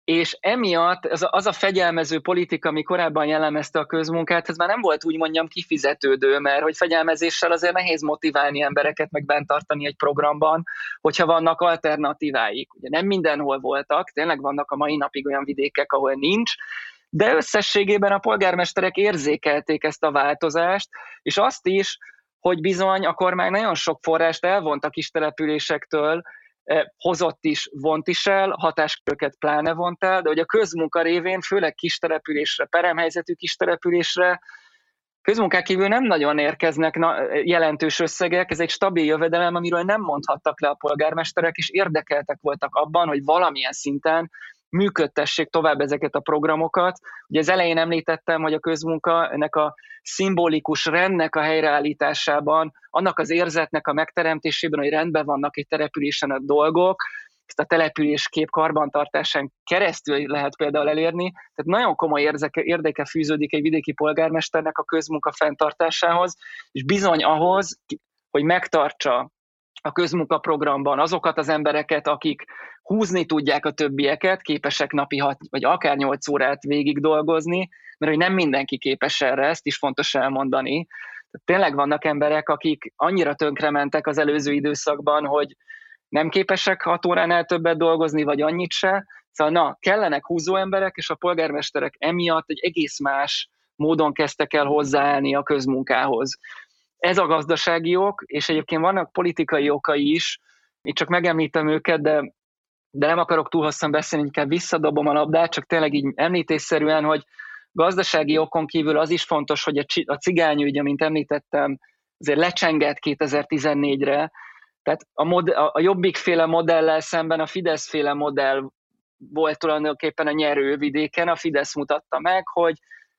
S2: és emiatt az a fegyelmező politika, ami korábban jellemezte a közmunkát, ez már nem volt úgy mondjam kifizetődő, mert hogy fegyelmezéssel azért nehéz motiválni embereket, meg bent tartani egy programban, hogyha vannak alternatíváik. Ugye nem mindenhol voltak, tényleg vannak a mai napig olyan vidékek, ahol nincs, de összességében a polgármesterek érzékelték ezt a változást, és azt is, hogy bizony a kormány nagyon sok forrást elvont a kistelepülésektől, hozott is, vont is el, hatásköröket pláne vont el, de hogy a közmunka révén, főleg kistelepülésre, peremhelyzetű kistelepülésre, közmunkák kívül nem nagyon érkeznek jelentős összegek, ez egy stabil jövedelem, amiről nem mondhattak le a polgármesterek, és érdekeltek voltak abban, hogy valamilyen szinten működtessék tovább ezeket a programokat. Ugye az elején említettem, hogy a közmunka ennek a szimbolikus rendnek a helyreállításában, annak az érzetnek a megteremtésében, hogy rendben vannak egy településen a dolgok, ezt a településkép karbantartásán keresztül lehet például elérni. Tehát nagyon komoly érdeke fűződik egy vidéki polgármesternek a közmunka fenntartásához, és bizony ahhoz, hogy megtartsa a közmunkaprogramban azokat az embereket, akik húzni tudják a többieket, képesek napi 6 vagy akár 8 órát végig dolgozni, mert hogy nem mindenki képes erre, ezt is fontos elmondani. Tehát tényleg vannak emberek, akik annyira tönkrementek az előző időszakban, hogy nem képesek 6 óránál többet dolgozni, vagy annyit se. Szóval kellenek húzó emberek, és a polgármesterek emiatt egy egész más módon kezdtek el hozzáállni a közmunkához. Ez a gazdasági ok, és egyébként vannak politikai okai is, itt csak megemlítem őket, de nem akarok túl hosszan beszélni, inkább visszadobom a labdát, csak tényleg így említésszerűen, hogy gazdasági okon kívül az is fontos, hogy a cigányügy, amint említettem, azért lecsengett 2014-re, tehát a Jobbik-féle modellel szemben a Fidesz-féle modell volt tulajdonképpen a nyerő vidéken. A Fidesz mutatta meg, hogy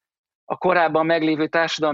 S2: a korábban meglévő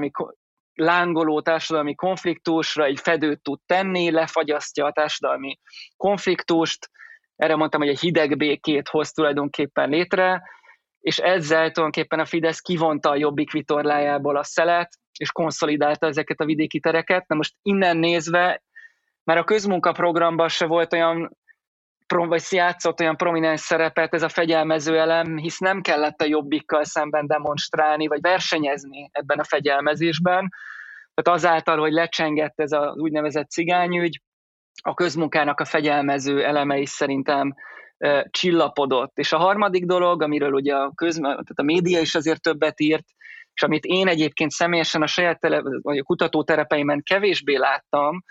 S2: lángoló társadalmi konfliktusra egy fedőt tud tenni, lefagyasztja a társadalmi konfliktust. Erre mondtam, hogy egy hideg békét hoz tulajdonképpen létre, és ezzel tulajdonképpen a Fidesz kivonta a Jobbik vitorlájából a szelet, és konszolidálta ezeket a vidéki tereket. Na most innen nézve, már a közmunkaprogramban se volt olyan, vagy játszott olyan prominens szerepet ez a fegyelmező elem, hisz nem kellett a Jobbikkal szemben demonstrálni, vagy versenyezni ebben a fegyelmezésben. Tehát azáltal, hogy lecsengett ez az úgynevezett cigányügy, a közmunkának a fegyelmező eleme is szerintem csillapodott. És a harmadik dolog, amiről ugye tehát a média is azért többet írt, és amit én egyébként személyesen a saját vagy a kutatóterepeimen kevésbé láttam,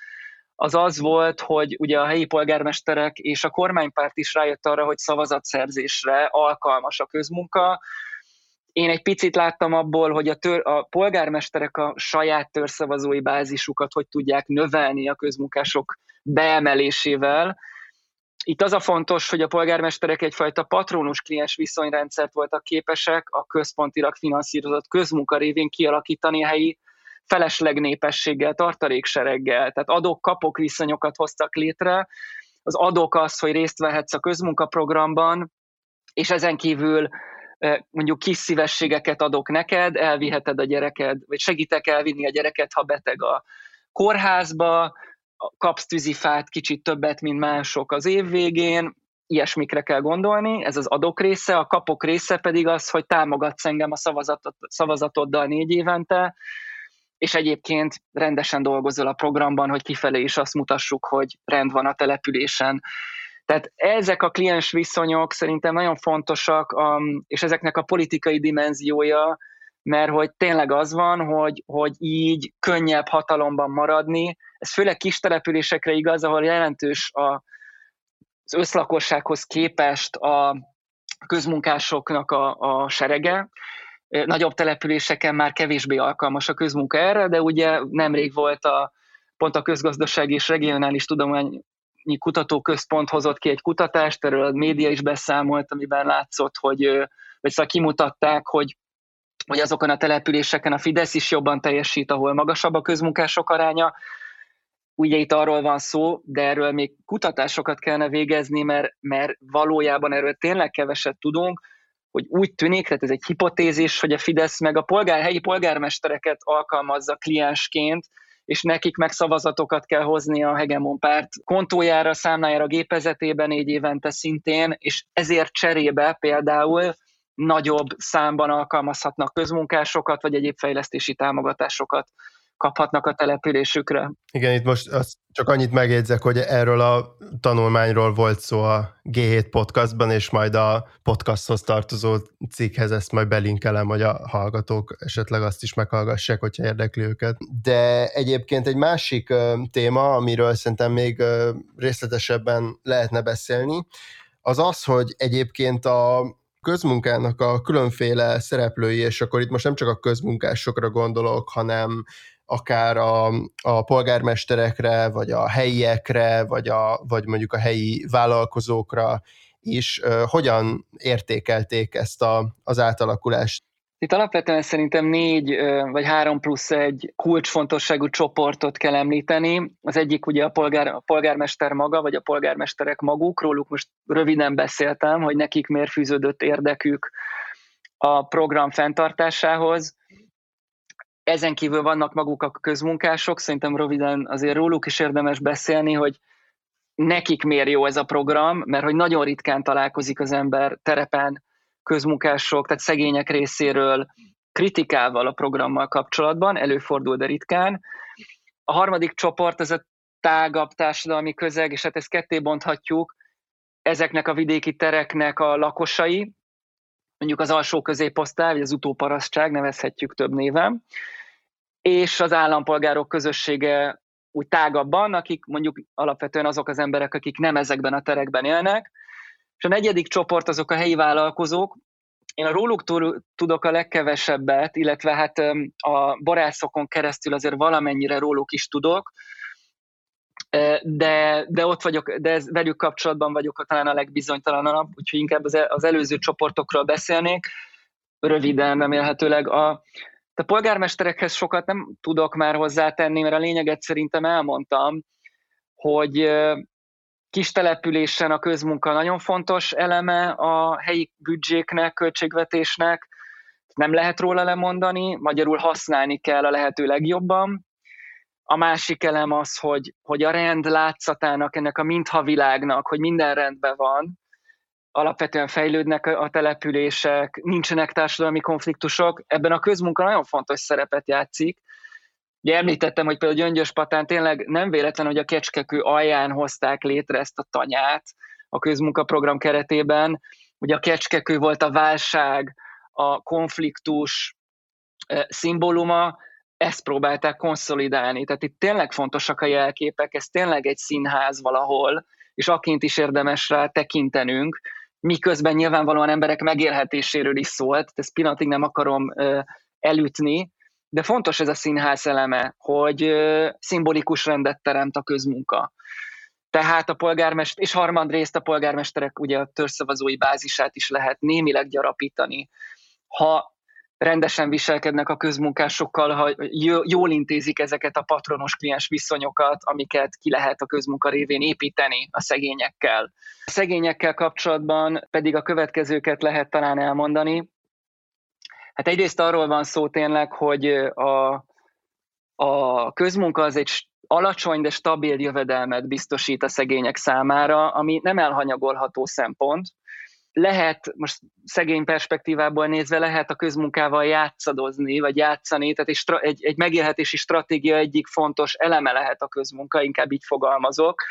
S2: az volt, hogy ugye a helyi polgármesterek és a kormánypárt is rájött arra, hogy szavazatszerzésre alkalmas a közmunka. Én egy picit láttam abból, hogy a polgármesterek a saját törszavazói bázisukat hogy tudják növelni a közmunkások beemelésével. Itt az a fontos, hogy a polgármesterek egyfajta patronus-kliens viszonyrendszert voltak képesek a központilag finanszírozott közmunka révén kialakítani a helyi felesleg népességgel, tartaléksereggel, tehát adok-kapok viszonyokat hoztak létre. Az adok az, hogy részt vehetsz a közmunkaprogramban, és ezen kívül mondjuk kis szívességeket adok neked, elviheted a gyereked, vagy segítek elvinni a gyereket, ha beteg a kórházba, kapsz tűzifát kicsit többet, mint mások az év végén, ilyesmikre kell gondolni, ez az adok része, a kapok része pedig az, hogy támogatsz engem a szavazatoddal 4 évente, és egyébként rendesen dolgozol a programban, hogy kifelé is azt mutassuk, hogy rend van a településen. Tehát ezek a kliens viszonyok szerintem nagyon fontosak, és ezeknek a politikai dimenziója, mert hogy tényleg az van, hogy így könnyebb hatalomban maradni. Ez főleg kis településekre igaz, ahol jelentős az összlakossághoz képest a közmunkásoknak a serege. Nagyobb településeken már kevésbé alkalmas a közmunka erre, de ugye nemrég volt pont a Közgazdasági és Regionális Tudományi Kutatóközpont hozott ki egy kutatást, erről a média is beszámolt, amiben látszott, vagy szóval kimutatták, hogy azokon a településeken a Fidesz is jobban teljesít, ahol magasabb a közmunkások aránya. Ugye itt arról van szó, de erről még kutatásokat kellene végezni, mert valójában erről tényleg keveset tudunk, hogy úgy tűnik, tehát ez egy hipotézis, hogy a Fidesz meg a helyi polgármestereket alkalmazza kliensként, és nekik meg szavazatokat kell hozni a Hegemon párt kontójára, számlájára, gépezetében 4 évente szintén, és ezért cserébe például nagyobb számban alkalmazhatnak közmunkásokat, vagy egyéb fejlesztési támogatásokat kaphatnak a településükre.
S1: Igen, itt most csak annyit megjegyzek, hogy erről a tanulmányról volt szó a G7 podcastban, és majd a podcasthoz tartozó cikkhez ezt majd belinkelem, hogy a hallgatók esetleg azt is meghallgassák, hogyha érdekli őket. De egyébként egy másik téma, amiről szerintem még részletesebben lehetne beszélni, az az, hogy egyébként a közmunkának a különféle szereplői, és akkor itt most nem csak a közmunkásokra gondolok, hanem akár a polgármesterekre, vagy a helyiekre, vagy mondjuk a helyi vállalkozókra is, hogyan értékelték ezt az átalakulást?
S2: Itt alapvetően szerintem 4 vagy 3+1 kulcsfontosságú csoportot kell említeni. Az egyik ugye a polgármester maga, vagy a polgármesterek maguk. Róluk most röviden beszéltem, hogy nekik miért fűződött érdekük a program fenntartásához. Ezen kívül vannak maguk a közmunkások, szerintem röviden azért róluk is érdemes beszélni, hogy nekik miért jó ez a program, mert hogy nagyon ritkán találkozik az ember terepen közmunkások, tehát szegények részéről kritikával a programmal kapcsolatban, előfordul, de ritkán. A harmadik csoport, ez a tágabb társadalmi közeg, és hát ezt ketté bonthatjuk, ezeknek a vidéki tereknek a lakosai, mondjuk az alsó középosztály, vagy az utóparasztság, nevezhetjük több néven, és az állampolgárok közössége úgy tágabban, akik mondjuk alapvetően azok az emberek, akik nem ezekben a terekben élnek. És a negyedik csoport azok a helyi vállalkozók. Én a róluk tudok a legkevesebbet, illetve hát a borászokon keresztül azért valamennyire róluk is tudok, de ott vagyok, de velük kapcsolatban vagyok talán a legbizonytalanabb, úgyhogy inkább az előző csoportokról beszélnék, röviden remélhetőleg. A polgármesterekhez sokat nem tudok már hozzátenni, mert a lényeget szerintem elmondtam, hogy kis településen a közmunka nagyon fontos eleme a helyi büdzséknek, költségvetésnek, nem lehet róla lemondani, magyarul használni kell a lehető legjobban. A másik elem az, hogy a rend látszatának, ennek a minthavilágnak, hogy minden rendben van, alapvetően fejlődnek a települések, nincsenek társadalmi konfliktusok, ebben a közmunka nagyon fontos szerepet játszik. Ugye említettem, hogy például Gyöngyöspatán tényleg nem véletlen, hogy a Kecskekő alján hozták létre ezt a tanyát a közmunkaprogram keretében. Ugye a Kecskekő volt a válság, a konfliktus szimbóluma, ezt próbálták konszolidálni. Tehát itt tényleg fontosak a jelképek, ez tényleg egy színház valahol, és aként is érdemes rá tekintenünk, miközben nyilvánvalóan emberek megélhetéséről is szólt, ezt pillanatig nem akarom elütni, de fontos ez a színház eleme, hogy szimbolikus rendet teremt a közmunka. Tehát a polgármester, és harmadrészt a polgármesterek ugye a törzszavazói bázisát is lehet némileg gyarapítani. Ha rendesen viselkednek a közmunkásokkal, ha jól intézik ezeket a patronos-kliens viszonyokat, amiket ki lehet a közmunka révén építeni a szegényekkel. A szegényekkel kapcsolatban pedig a következőket lehet talán elmondani. Hát egyrészt arról van szó tényleg, hogy a közmunka az egy alacsony, de stabil jövedelmet biztosít a szegények számára, ami nem elhanyagolható szempont. Lehet, most szegény perspektívából nézve, lehet a közmunkával játszadozni, vagy játszani, tehát egy megélhetési stratégia egyik fontos eleme lehet a közmunka, inkább így fogalmazok.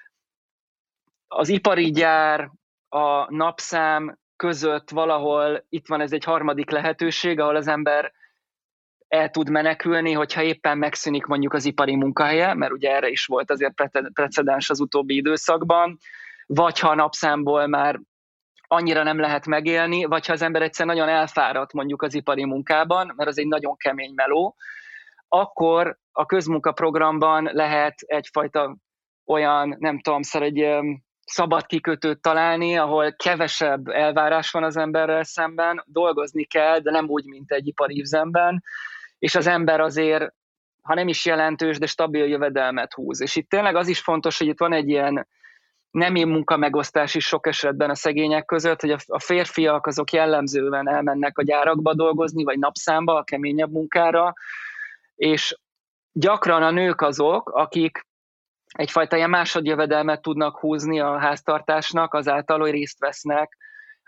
S2: Az ipari gyár, a napszám között valahol itt van ez egy harmadik lehetőség, ahol az ember el tud menekülni, hogyha éppen megszűnik mondjuk az ipari munkahelye, mert ugye erre is volt azért precedens az utóbbi időszakban, vagy ha a napszámból már annyira nem lehet megélni, vagy ha az ember egyszer nagyon elfáradt mondjuk az ipari munkában, mert az egy nagyon kemény meló, akkor a közmunkaprogramban lehet egyfajta olyan, nem tudom, egy szabad kikötőt találni, ahol kevesebb elvárás van az emberrel szemben, dolgozni kell, de nem úgy, mint egy ipari üzemben, és az ember azért, ha nem is jelentős, de stabil jövedelmet húz. És itt tényleg az is fontos, hogy itt van egy ilyen nemi munkamegosztás is sok esetben a szegények között, hogy a férfiak azok jellemzően elmennek a gyárakba dolgozni, vagy napszámba, a keményebb munkára, és gyakran a nők azok, akik egyfajta ilyen másodjövedelmet tudnak húzni a háztartásnak azáltal, hogy részt vesznek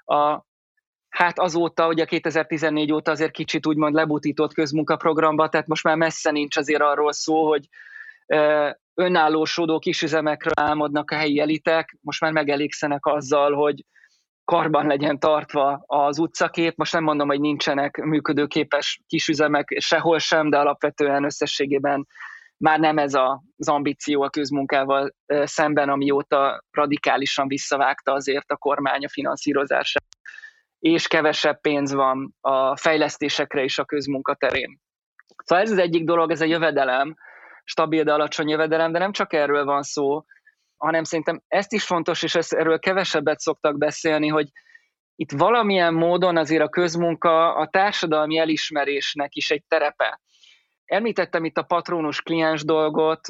S2: hát azóta, ugye 2014 óta azért kicsit úgymond lebutított közmunkaprogramba, tehát most már messze nincs azért arról szó, hogy önállósodó kisüzemekről álmodnak a helyi elitek, most már megelégszenek azzal, hogy karban legyen tartva az utcakép. Most nem mondom, hogy nincsenek működőképes kisüzemek sehol sem, de alapvetően összességében már nem ez az ambíció a közmunkával szemben, amióta radikálisan visszavágta azért a kormány a finanszírozását, és kevesebb pénz van a fejlesztésekre is a közmunka terén. Szóval ez az egyik dolog, ez a jövedelem, stabil, de alacsony jövedelem, de nem csak erről van szó, hanem szerintem ezt is fontos, és erről kevesebbet szoktak beszélni, hogy itt valamilyen módon azért a közmunka a társadalmi elismerésnek is egy terepe. Említettem itt a patronus-kliens dolgot,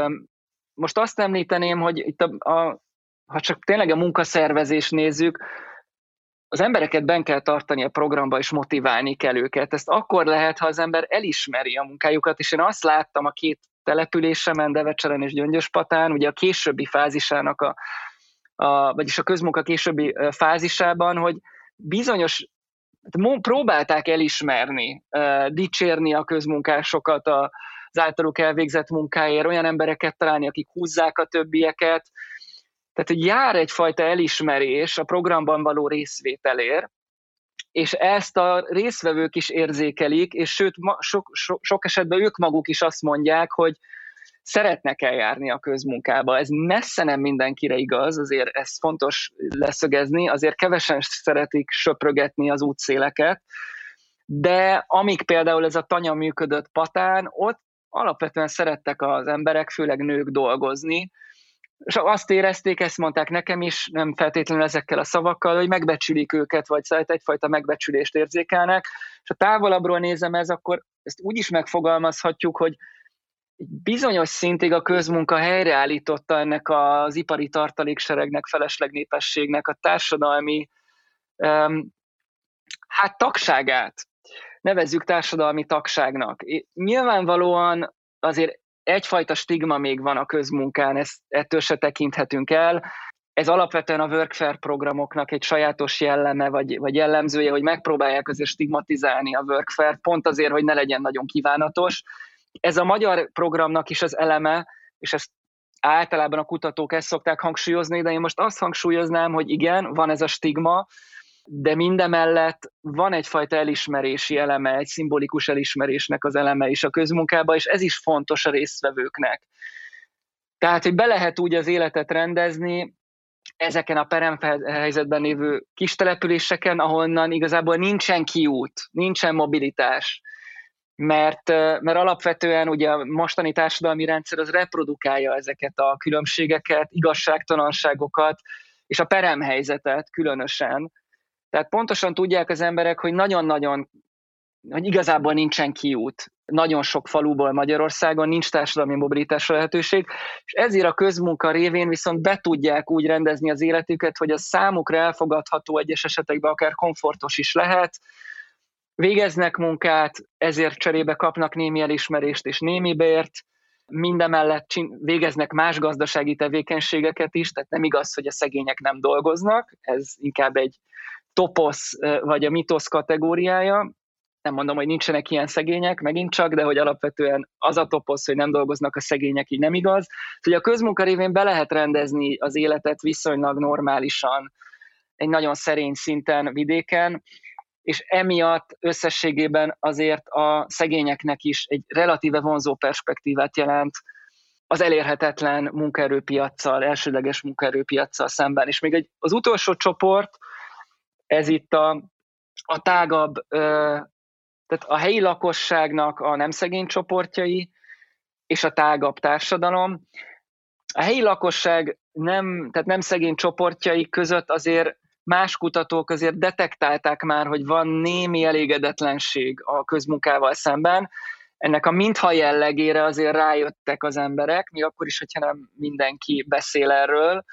S2: most azt említeném, hogy itt ha csak tényleg a munkaszervezést nézzük, az embereket benn kell tartani a programba, és motiválni kell őket. Ezt akkor lehet, ha az ember elismeri a munkájukat, és én azt láttam a két településemen, Devecseren és Gyöngyöspatán, ugye a későbbi fázisának, vagyis a közmunka későbbi fázisában, hogy bizonyos próbálták elismerni, dicsérni a közmunkásokat az általuk elvégzett munkáért, olyan embereket találni, akik húzzák a többieket. Tehát, hogy jár egyfajta elismerés a programban való részvételért, és ezt a résztvevők is érzékelik, és sőt, sok esetben ők maguk is azt mondják, hogy szeretnek eljárni a közmunkába. Ez messze nem mindenkire igaz, azért ez fontos leszögezni, azért kevesen szeretik söprögetni az útszéleket, de amíg például ez a tanya működött Patán, ott alapvetően szerettek az emberek, főleg nők dolgozni, és azt érezték, ezt mondták nekem is, nem feltétlenül ezekkel a szavakkal, hogy megbecsülik őket, vagy egyfajta megbecsülést érzékelnek, és ha távolabbról nézem akkor ezt úgy is megfogalmazhatjuk, hogy bizonyos szintig a közmunka helyreállította ennek az ipari tartalékseregnek, feleslegnépességnek a társadalmi tagságát. Nevezzük társadalmi tagságnak. Nyilvánvalóan azért egyfajta stigma még van a közmunkán, ettől se tekinthetünk el. Ez alapvetően a workfare programoknak egy sajátos jelleme, vagy jellemzője, hogy megpróbálják azért stigmatizálni a workfare, pont azért, hogy ne legyen nagyon kívánatos. Ez a magyar programnak is az eleme, és ezt általában a kutatók ezt szokták hangsúlyozni, de én most azt hangsúlyoznám, hogy igen, van ez a stigma, de mindemellett van egyfajta elismerési eleme, egy szimbolikus elismerésnek az eleme is a közmunkába, és ez is fontos a résztvevőknek. Tehát, hogy be lehet úgy az életet rendezni ezeken a peremhelyzetben lévő kis településeken, ahonnan igazából nincsen kiút, nincsen mobilitás, mert alapvetően ugye a mostani társadalmi rendszer az reprodukálja ezeket a különbségeket, igazságtalanságokat, és a peremhelyzetet különösen. Tehát pontosan tudják az emberek, hogy nagyon-nagyon, hogy igazából nincsen kiút. Nagyon sok faluból Magyarországon nincs társadalmi mobilitásra lehetőség, és ezért a közmunka révén viszont be tudják úgy rendezni az életüket, hogy az számukra elfogadható, egyes esetekben akár komfortos is lehet. Végeznek munkát, ezért cserébe kapnak némi elismerést és némi bért, mindemellett végeznek más gazdasági tevékenységeket is, tehát nem igaz, hogy a szegények nem dolgoznak, ez inkább egy toposz vagy a mitosz kategóriája. Nem mondom, hogy nincsenek ilyen szegények, megint csak, de hogy alapvetően az a toposz, hogy nem dolgoznak a szegények, így nem igaz. Szóval a közmunka révén be lehet rendezni az életet viszonylag normálisan, egy nagyon szerény szinten vidéken, és emiatt összességében azért a szegényeknek is egy relatíve vonzó perspektívát jelent az elérhetetlen munkaerőpiaccal, elsődleges munkaerőpiaccal szemben. És még az utolsó csoport, ez itt a tágabb, tehát a helyi lakosságnak a nem szegény csoportjai és a tágabb társadalom. A helyi lakosság tehát nem szegény csoportjai között azért más kutatók azért detektálták már, hogy van némi elégedetlenség a közmunkával szemben. Ennek a mintha jellegére azért rájöttek az emberek, még akkor is, hogyha nem mindenki beszél erről.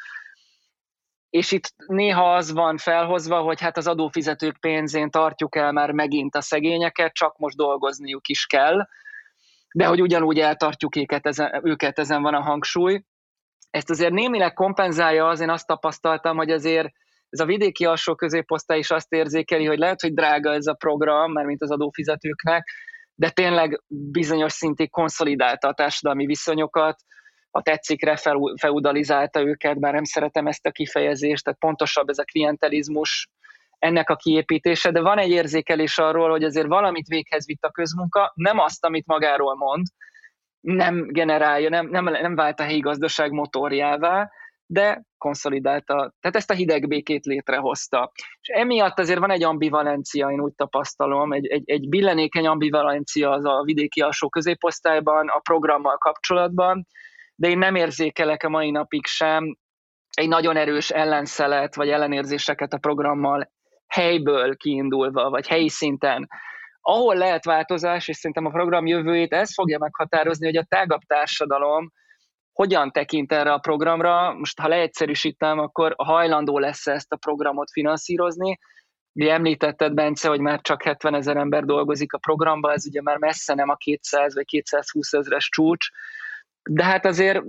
S2: És itt néha az van felhozva, hogy hát az adófizetők pénzén tartjuk el már megint a szegényeket, csak most dolgozniuk is kell. de hogy ugyanúgy eltartjuk őket, ezen van a hangsúly. Ezt azért némileg kompenzálja az, én azt tapasztaltam, hogy azért ez a vidéki alsó középosztály is azt érzékeli, hogy lehet, hogy drága ez a program, mármint az adófizetőknek, de tényleg bizonyos szintig konszolidálta a társadalmi viszonyokat, ha tetszik, feudalizálta őket, bár nem szeretem ezt a kifejezést, tehát pontosabb ez a klientelizmus, ennek a kiépítése, de van egy érzékelés arról, hogy azért valamit véghez vitt a közmunka, nem azt, amit magáról mond, nem generálja, nem vált a helyi gazdaság motorjává, de konszolidálta, tehát ezt a hideg békét létrehozta. És emiatt azért van egy ambivalencia, én úgy tapasztalom, egy billenékeny ambivalencia az a vidéki alsó középosztályban, a programmal kapcsolatban, de én nem érzékelek a mai napig sem egy nagyon erős ellenszelet, vagy ellenérzéseket a programmal helyből kiindulva, vagy helyi szinten. Ahol lehet változás, és szerintem a program jövőjét ez fogja meghatározni, hogy a tágabb társadalom hogyan tekint erre a programra. Most, ha leegyszerűsítem, akkor hajlandó lesz ezt a programot finanszírozni. Ugye említetted, Bence, hogy már csak 70 000 ember dolgozik a programban, ez ugye már messze nem a 200 vagy 220 000-es csúcs, de hát azért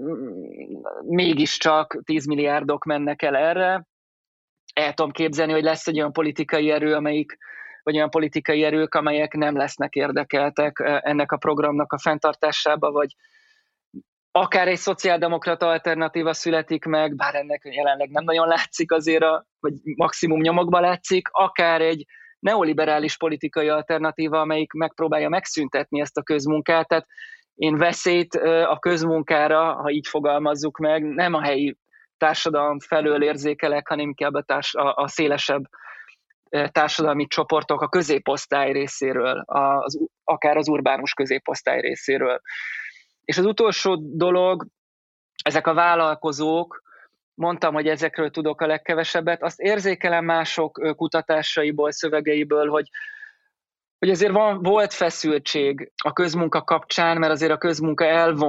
S2: mégiscsak 10 milliárdok mennek el erre. El tudom képzelni, hogy lesz egy olyan politikai erő, vagy olyan politikai erők, amelyek nem lesznek érdekeltek ennek a programnak a fenntartásába, vagy akár egy szociáldemokrata alternatíva születik meg, bár ennek jelenleg nem nagyon látszik azért, vagy maximum nyomokban látszik, akár egy neoliberális politikai alternatíva, amelyik megpróbálja megszüntetni ezt a közmunkát. Tehát én veszélyt a közmunkára, ha így fogalmazzuk meg, nem a helyi társadalom felől érzékelek, hanem inkább a szélesebb társadalmi csoportok a középosztály részéről, akár az urbánus középosztály részéről. És az utolsó dolog, ezek a vállalkozók, mondtam, hogy ezekről tudok a legkevesebbet, azt érzékelem mások kutatásaiból, szövegeiből, hogy azért volt feszültség a közmunka kapcsán, mert azért a közmunka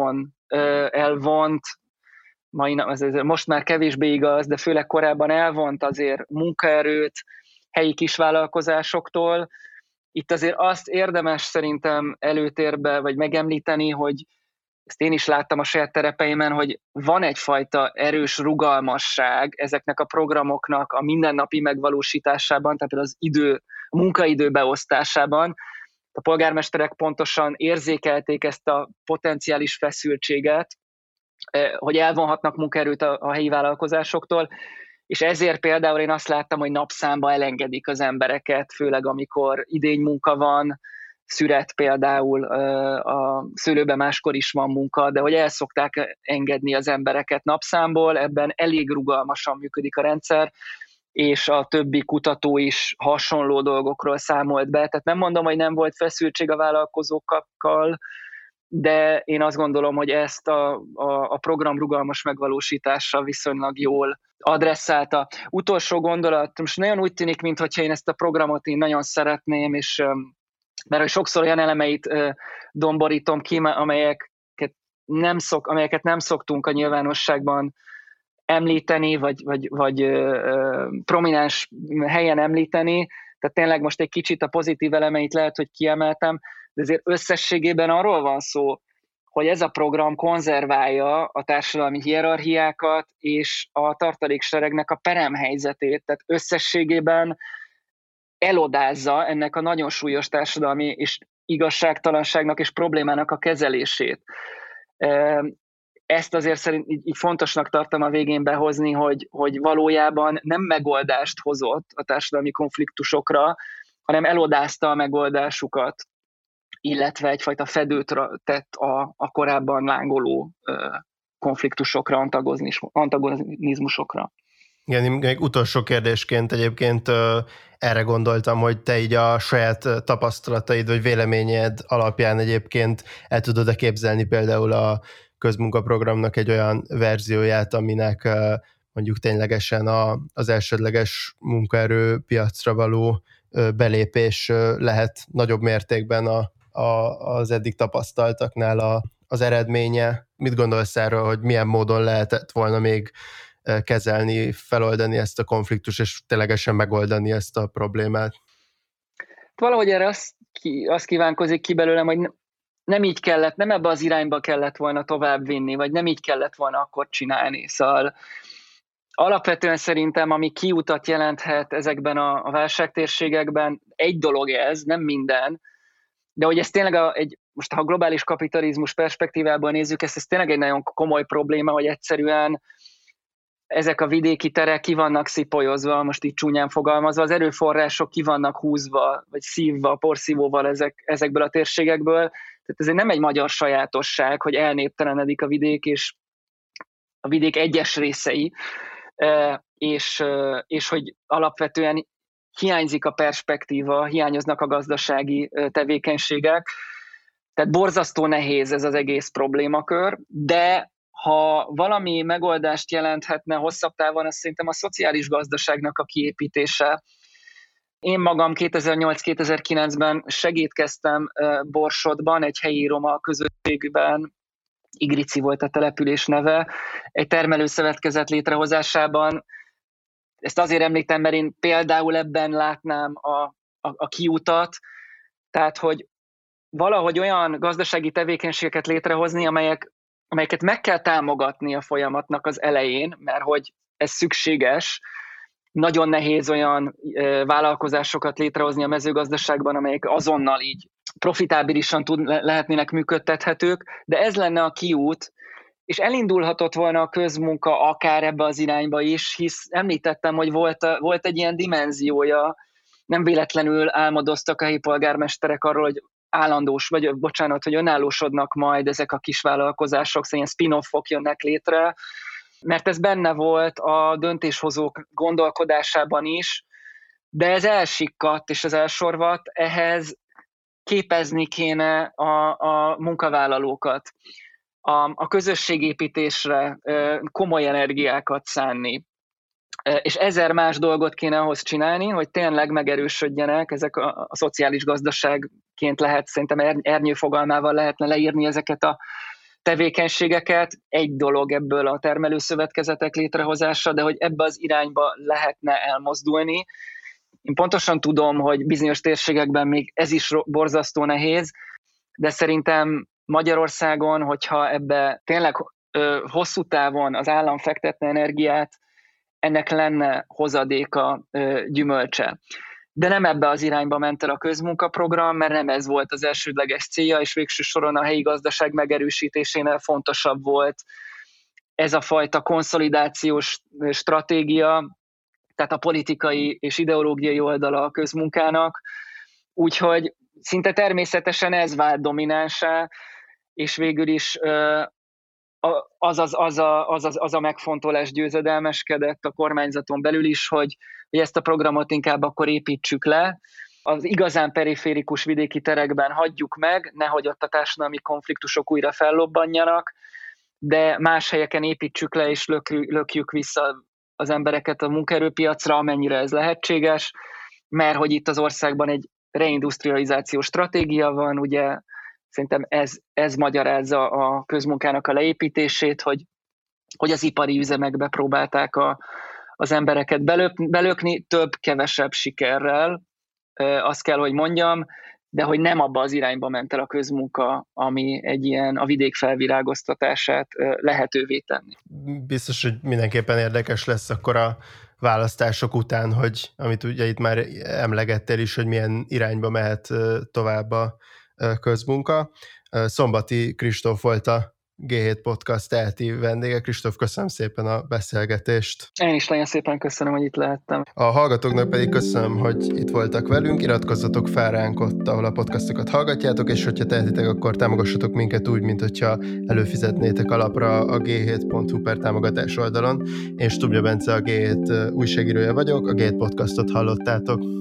S2: elvont, most már kevésbé igaz, de főleg korábban elvont azért munkaerőt helyi kisvállalkozásoktól. Itt azért azt érdemes szerintem előtérbe, vagy megemlíteni, hogy ezt én is láttam a saját terepeimen, hogy van egyfajta erős rugalmasság ezeknek a programoknak a mindennapi megvalósításában, tehát a munkaidő beosztásában. A polgármesterek pontosan érzékelték ezt a potenciális feszültséget, hogy elvonhatnak munkaerőt a helyi vállalkozásoktól, és ezért például én azt láttam, hogy napszámba elengedik az embereket, főleg amikor idénymunka van, szüret például, a szőlőben máskor is van munka, de hogy el szokták engedni az embereket napszámból, ebben elég rugalmasan működik a rendszer, és a többi kutató is hasonló dolgokról számolt be. Tehát nem mondom, hogy nem volt feszültség a vállalkozókkal, de én azt gondolom, hogy ezt a program rugalmas megvalósítása viszonylag jól adresszálta. Utolsó gondolat, most nagyon úgy tűnik, mintha én ezt a programot én nagyon szeretném, és mert sokszor olyan elemeit domborítom ki, amelyeket nem szoktunk a nyilvánosságban említeni, vagy prominens helyen említeni, tehát tényleg most egy kicsit a pozitív elemeit lehet, hogy kiemeltem, de azért összességében arról van szó, hogy ez a program konzerválja a társadalmi hierarchiákat és a tartalékseregnek a peremhelyzetét, tehát összességében elodázza ennek a nagyon súlyos társadalmi és igazságtalanságnak és problémának a kezelését. Ezt azért szerint így fontosnak tartom a végén behozni, hogy valójában nem megoldást hozott a társadalmi konfliktusokra, hanem elodázta a megoldásukat, illetve egyfajta fedőt tett a korábban lángoló konfliktusokra, antagonizmusokra.
S1: Igen, még utolsó kérdésként egyébként erre gondoltam, hogy te így a saját tapasztalataid vagy véleményed alapján egyébként el tudod-e képzelni például a közmunkaprogramnak egy olyan verzióját, aminek mondjuk ténylegesen az elsődleges munkaerőpiacra való belépés lehet nagyobb mértékben az eddig tapasztaltaknál az eredménye. Mit gondolsz erről, hogy milyen módon lehetett volna még kezelni, feloldani ezt a konfliktust, és ténylegesen megoldani ezt a problémát?
S2: Valahogy erre azt kívánkozik ki belőlem, hogy nem így kellett, nem ebbe az irányba kellett volna tovább vinni, vagy nem így kellett volna akkor csinálni. Szóval alapvetően szerintem, ami kiutat jelenthet ezekben a válságtérségekben, egy dolog ez, nem minden, de hogy ez tényleg most ha a globális kapitalizmus perspektívából nézzük, ez tényleg egy nagyon komoly probléma, hogy egyszerűen ezek a vidéki terek ki vannak szipolyozva, most így csúnyán fogalmazva, az erőforrások ki vannak húzva, vagy szívva, porszívóval ezekből a térségekből. Tehát ez nem egy magyar sajátosság, hogy elnéptelenedik a vidék, és a vidék egyes részei, és hogy alapvetően hiányzik a perspektíva, hiányoznak a gazdasági tevékenységek. Tehát borzasztó nehéz ez az egész problémakör, de ha valami megoldást jelenthetne hosszabb távon, az szerintem a szociális gazdaságnak a kiépítése. Én magam 2008-2009-ben segítkeztem Borsodban, egy helyi roma közösségben, Igrici volt a település neve, egy termelőszövetkezet létrehozásában. Ezt azért említem, mert én például ebben látnám a kiutat, tehát hogy valahogy olyan gazdasági tevékenységeket létrehozni, amelyeket meg kell támogatni a folyamatnak az elején, mert hogy ez szükséges. Nagyon nehéz olyan vállalkozásokat létrehozni a mezőgazdaságban, amelyek azonnal így profitábilisan lehetnének működtethetők, de ez lenne a kiút, és elindulhatott volna a közmunka akár ebbe az irányba is, hisz említettem, hogy volt egy ilyen dimenziója, nem véletlenül álmodoztak a helyi polgármesterek arról, hogy hogy önállósodnak majd ezek a kisvállalkozások, szóval ilyen spin-offok jönnek létre, mert ez benne volt a döntéshozók gondolkodásában is, de ez elsikkadt és ez elsorvadt, ehhez képezni kéne a munkavállalókat, a közösségépítésre komoly energiákat szánni. És 1000 más dolgot kéne ahhoz csinálni, hogy tényleg megerősödjenek, ezek a szociális gazdaságként lehet, szerintem ernyő fogalmával lehetne leírni ezeket a tevékenységeket. Egy dolog ebből a termelőszövetkezetek létrehozása, de hogy ebbe az irányba lehetne elmozdulni. Én pontosan tudom, hogy bizonyos térségekben még ez is borzasztó nehéz, de szerintem Magyarországon, hogyha ebbe tényleg hosszú távon az állam fektetne energiát, ennek lenne hozadéka, gyümölcse. De nem ebbe az irányba ment el a közmunkaprogram, mert nem ez volt az elsődleges célja, és végső soron a helyi gazdaság megerősítésénél fontosabb volt ez a fajta konszolidációs stratégia, tehát a politikai és ideológiai oldala a közmunkának. Úgyhogy szinte természetesen ez vált dominánsá, és végül is az a megfontolás győzedelmeskedett a kormányzaton belül is, hogy ezt a programot inkább akkor építsük le. Az igazán periférikus vidéki terekben hagyjuk meg, nehogy ott a társadalmi konfliktusok újra fellobbanjanak, de más helyeken építsük le és lökjük vissza az embereket a munkaerőpiacra, amennyire ez lehetséges, mert hogy itt az országban egy reindustrializációs stratégia van, ugye szerintem ez magyarázza a közmunkának a leépítését, hogy az ipari üzemekbe próbálták az embereket belökni, több-kevesebb sikerrel, azt kell, hogy mondjam, de hogy nem abba az irányba ment el a közmunka, ami egy ilyen a vidék felvirágoztatását lehetővé tenni.
S1: Biztos, hogy mindenképpen érdekes lesz akkor a választások után, hogy amit ugye itt már emlegettél is, hogy milyen irányba mehet tovább a közmunka. Szombati Kristóf volt a G7 Podcast ELTE vendége. Kristóf, köszönöm szépen a beszélgetést.
S2: Én is nagyon szépen köszönöm, hogy itt lehettem.
S1: A hallgatóknak pedig köszönöm, hogy itt voltak velünk. Iratkozzatok fel ránk ott, ahol a podcastokat hallgatjátok, és hogyha tehetitek, akkor támogassatok minket úgy, mint hogyha előfizetnétek alapra a g7.hu per támogatás oldalon. Én Stubja Bence, a G7 újságírója vagyok, a G7 Podcastot hallottátok.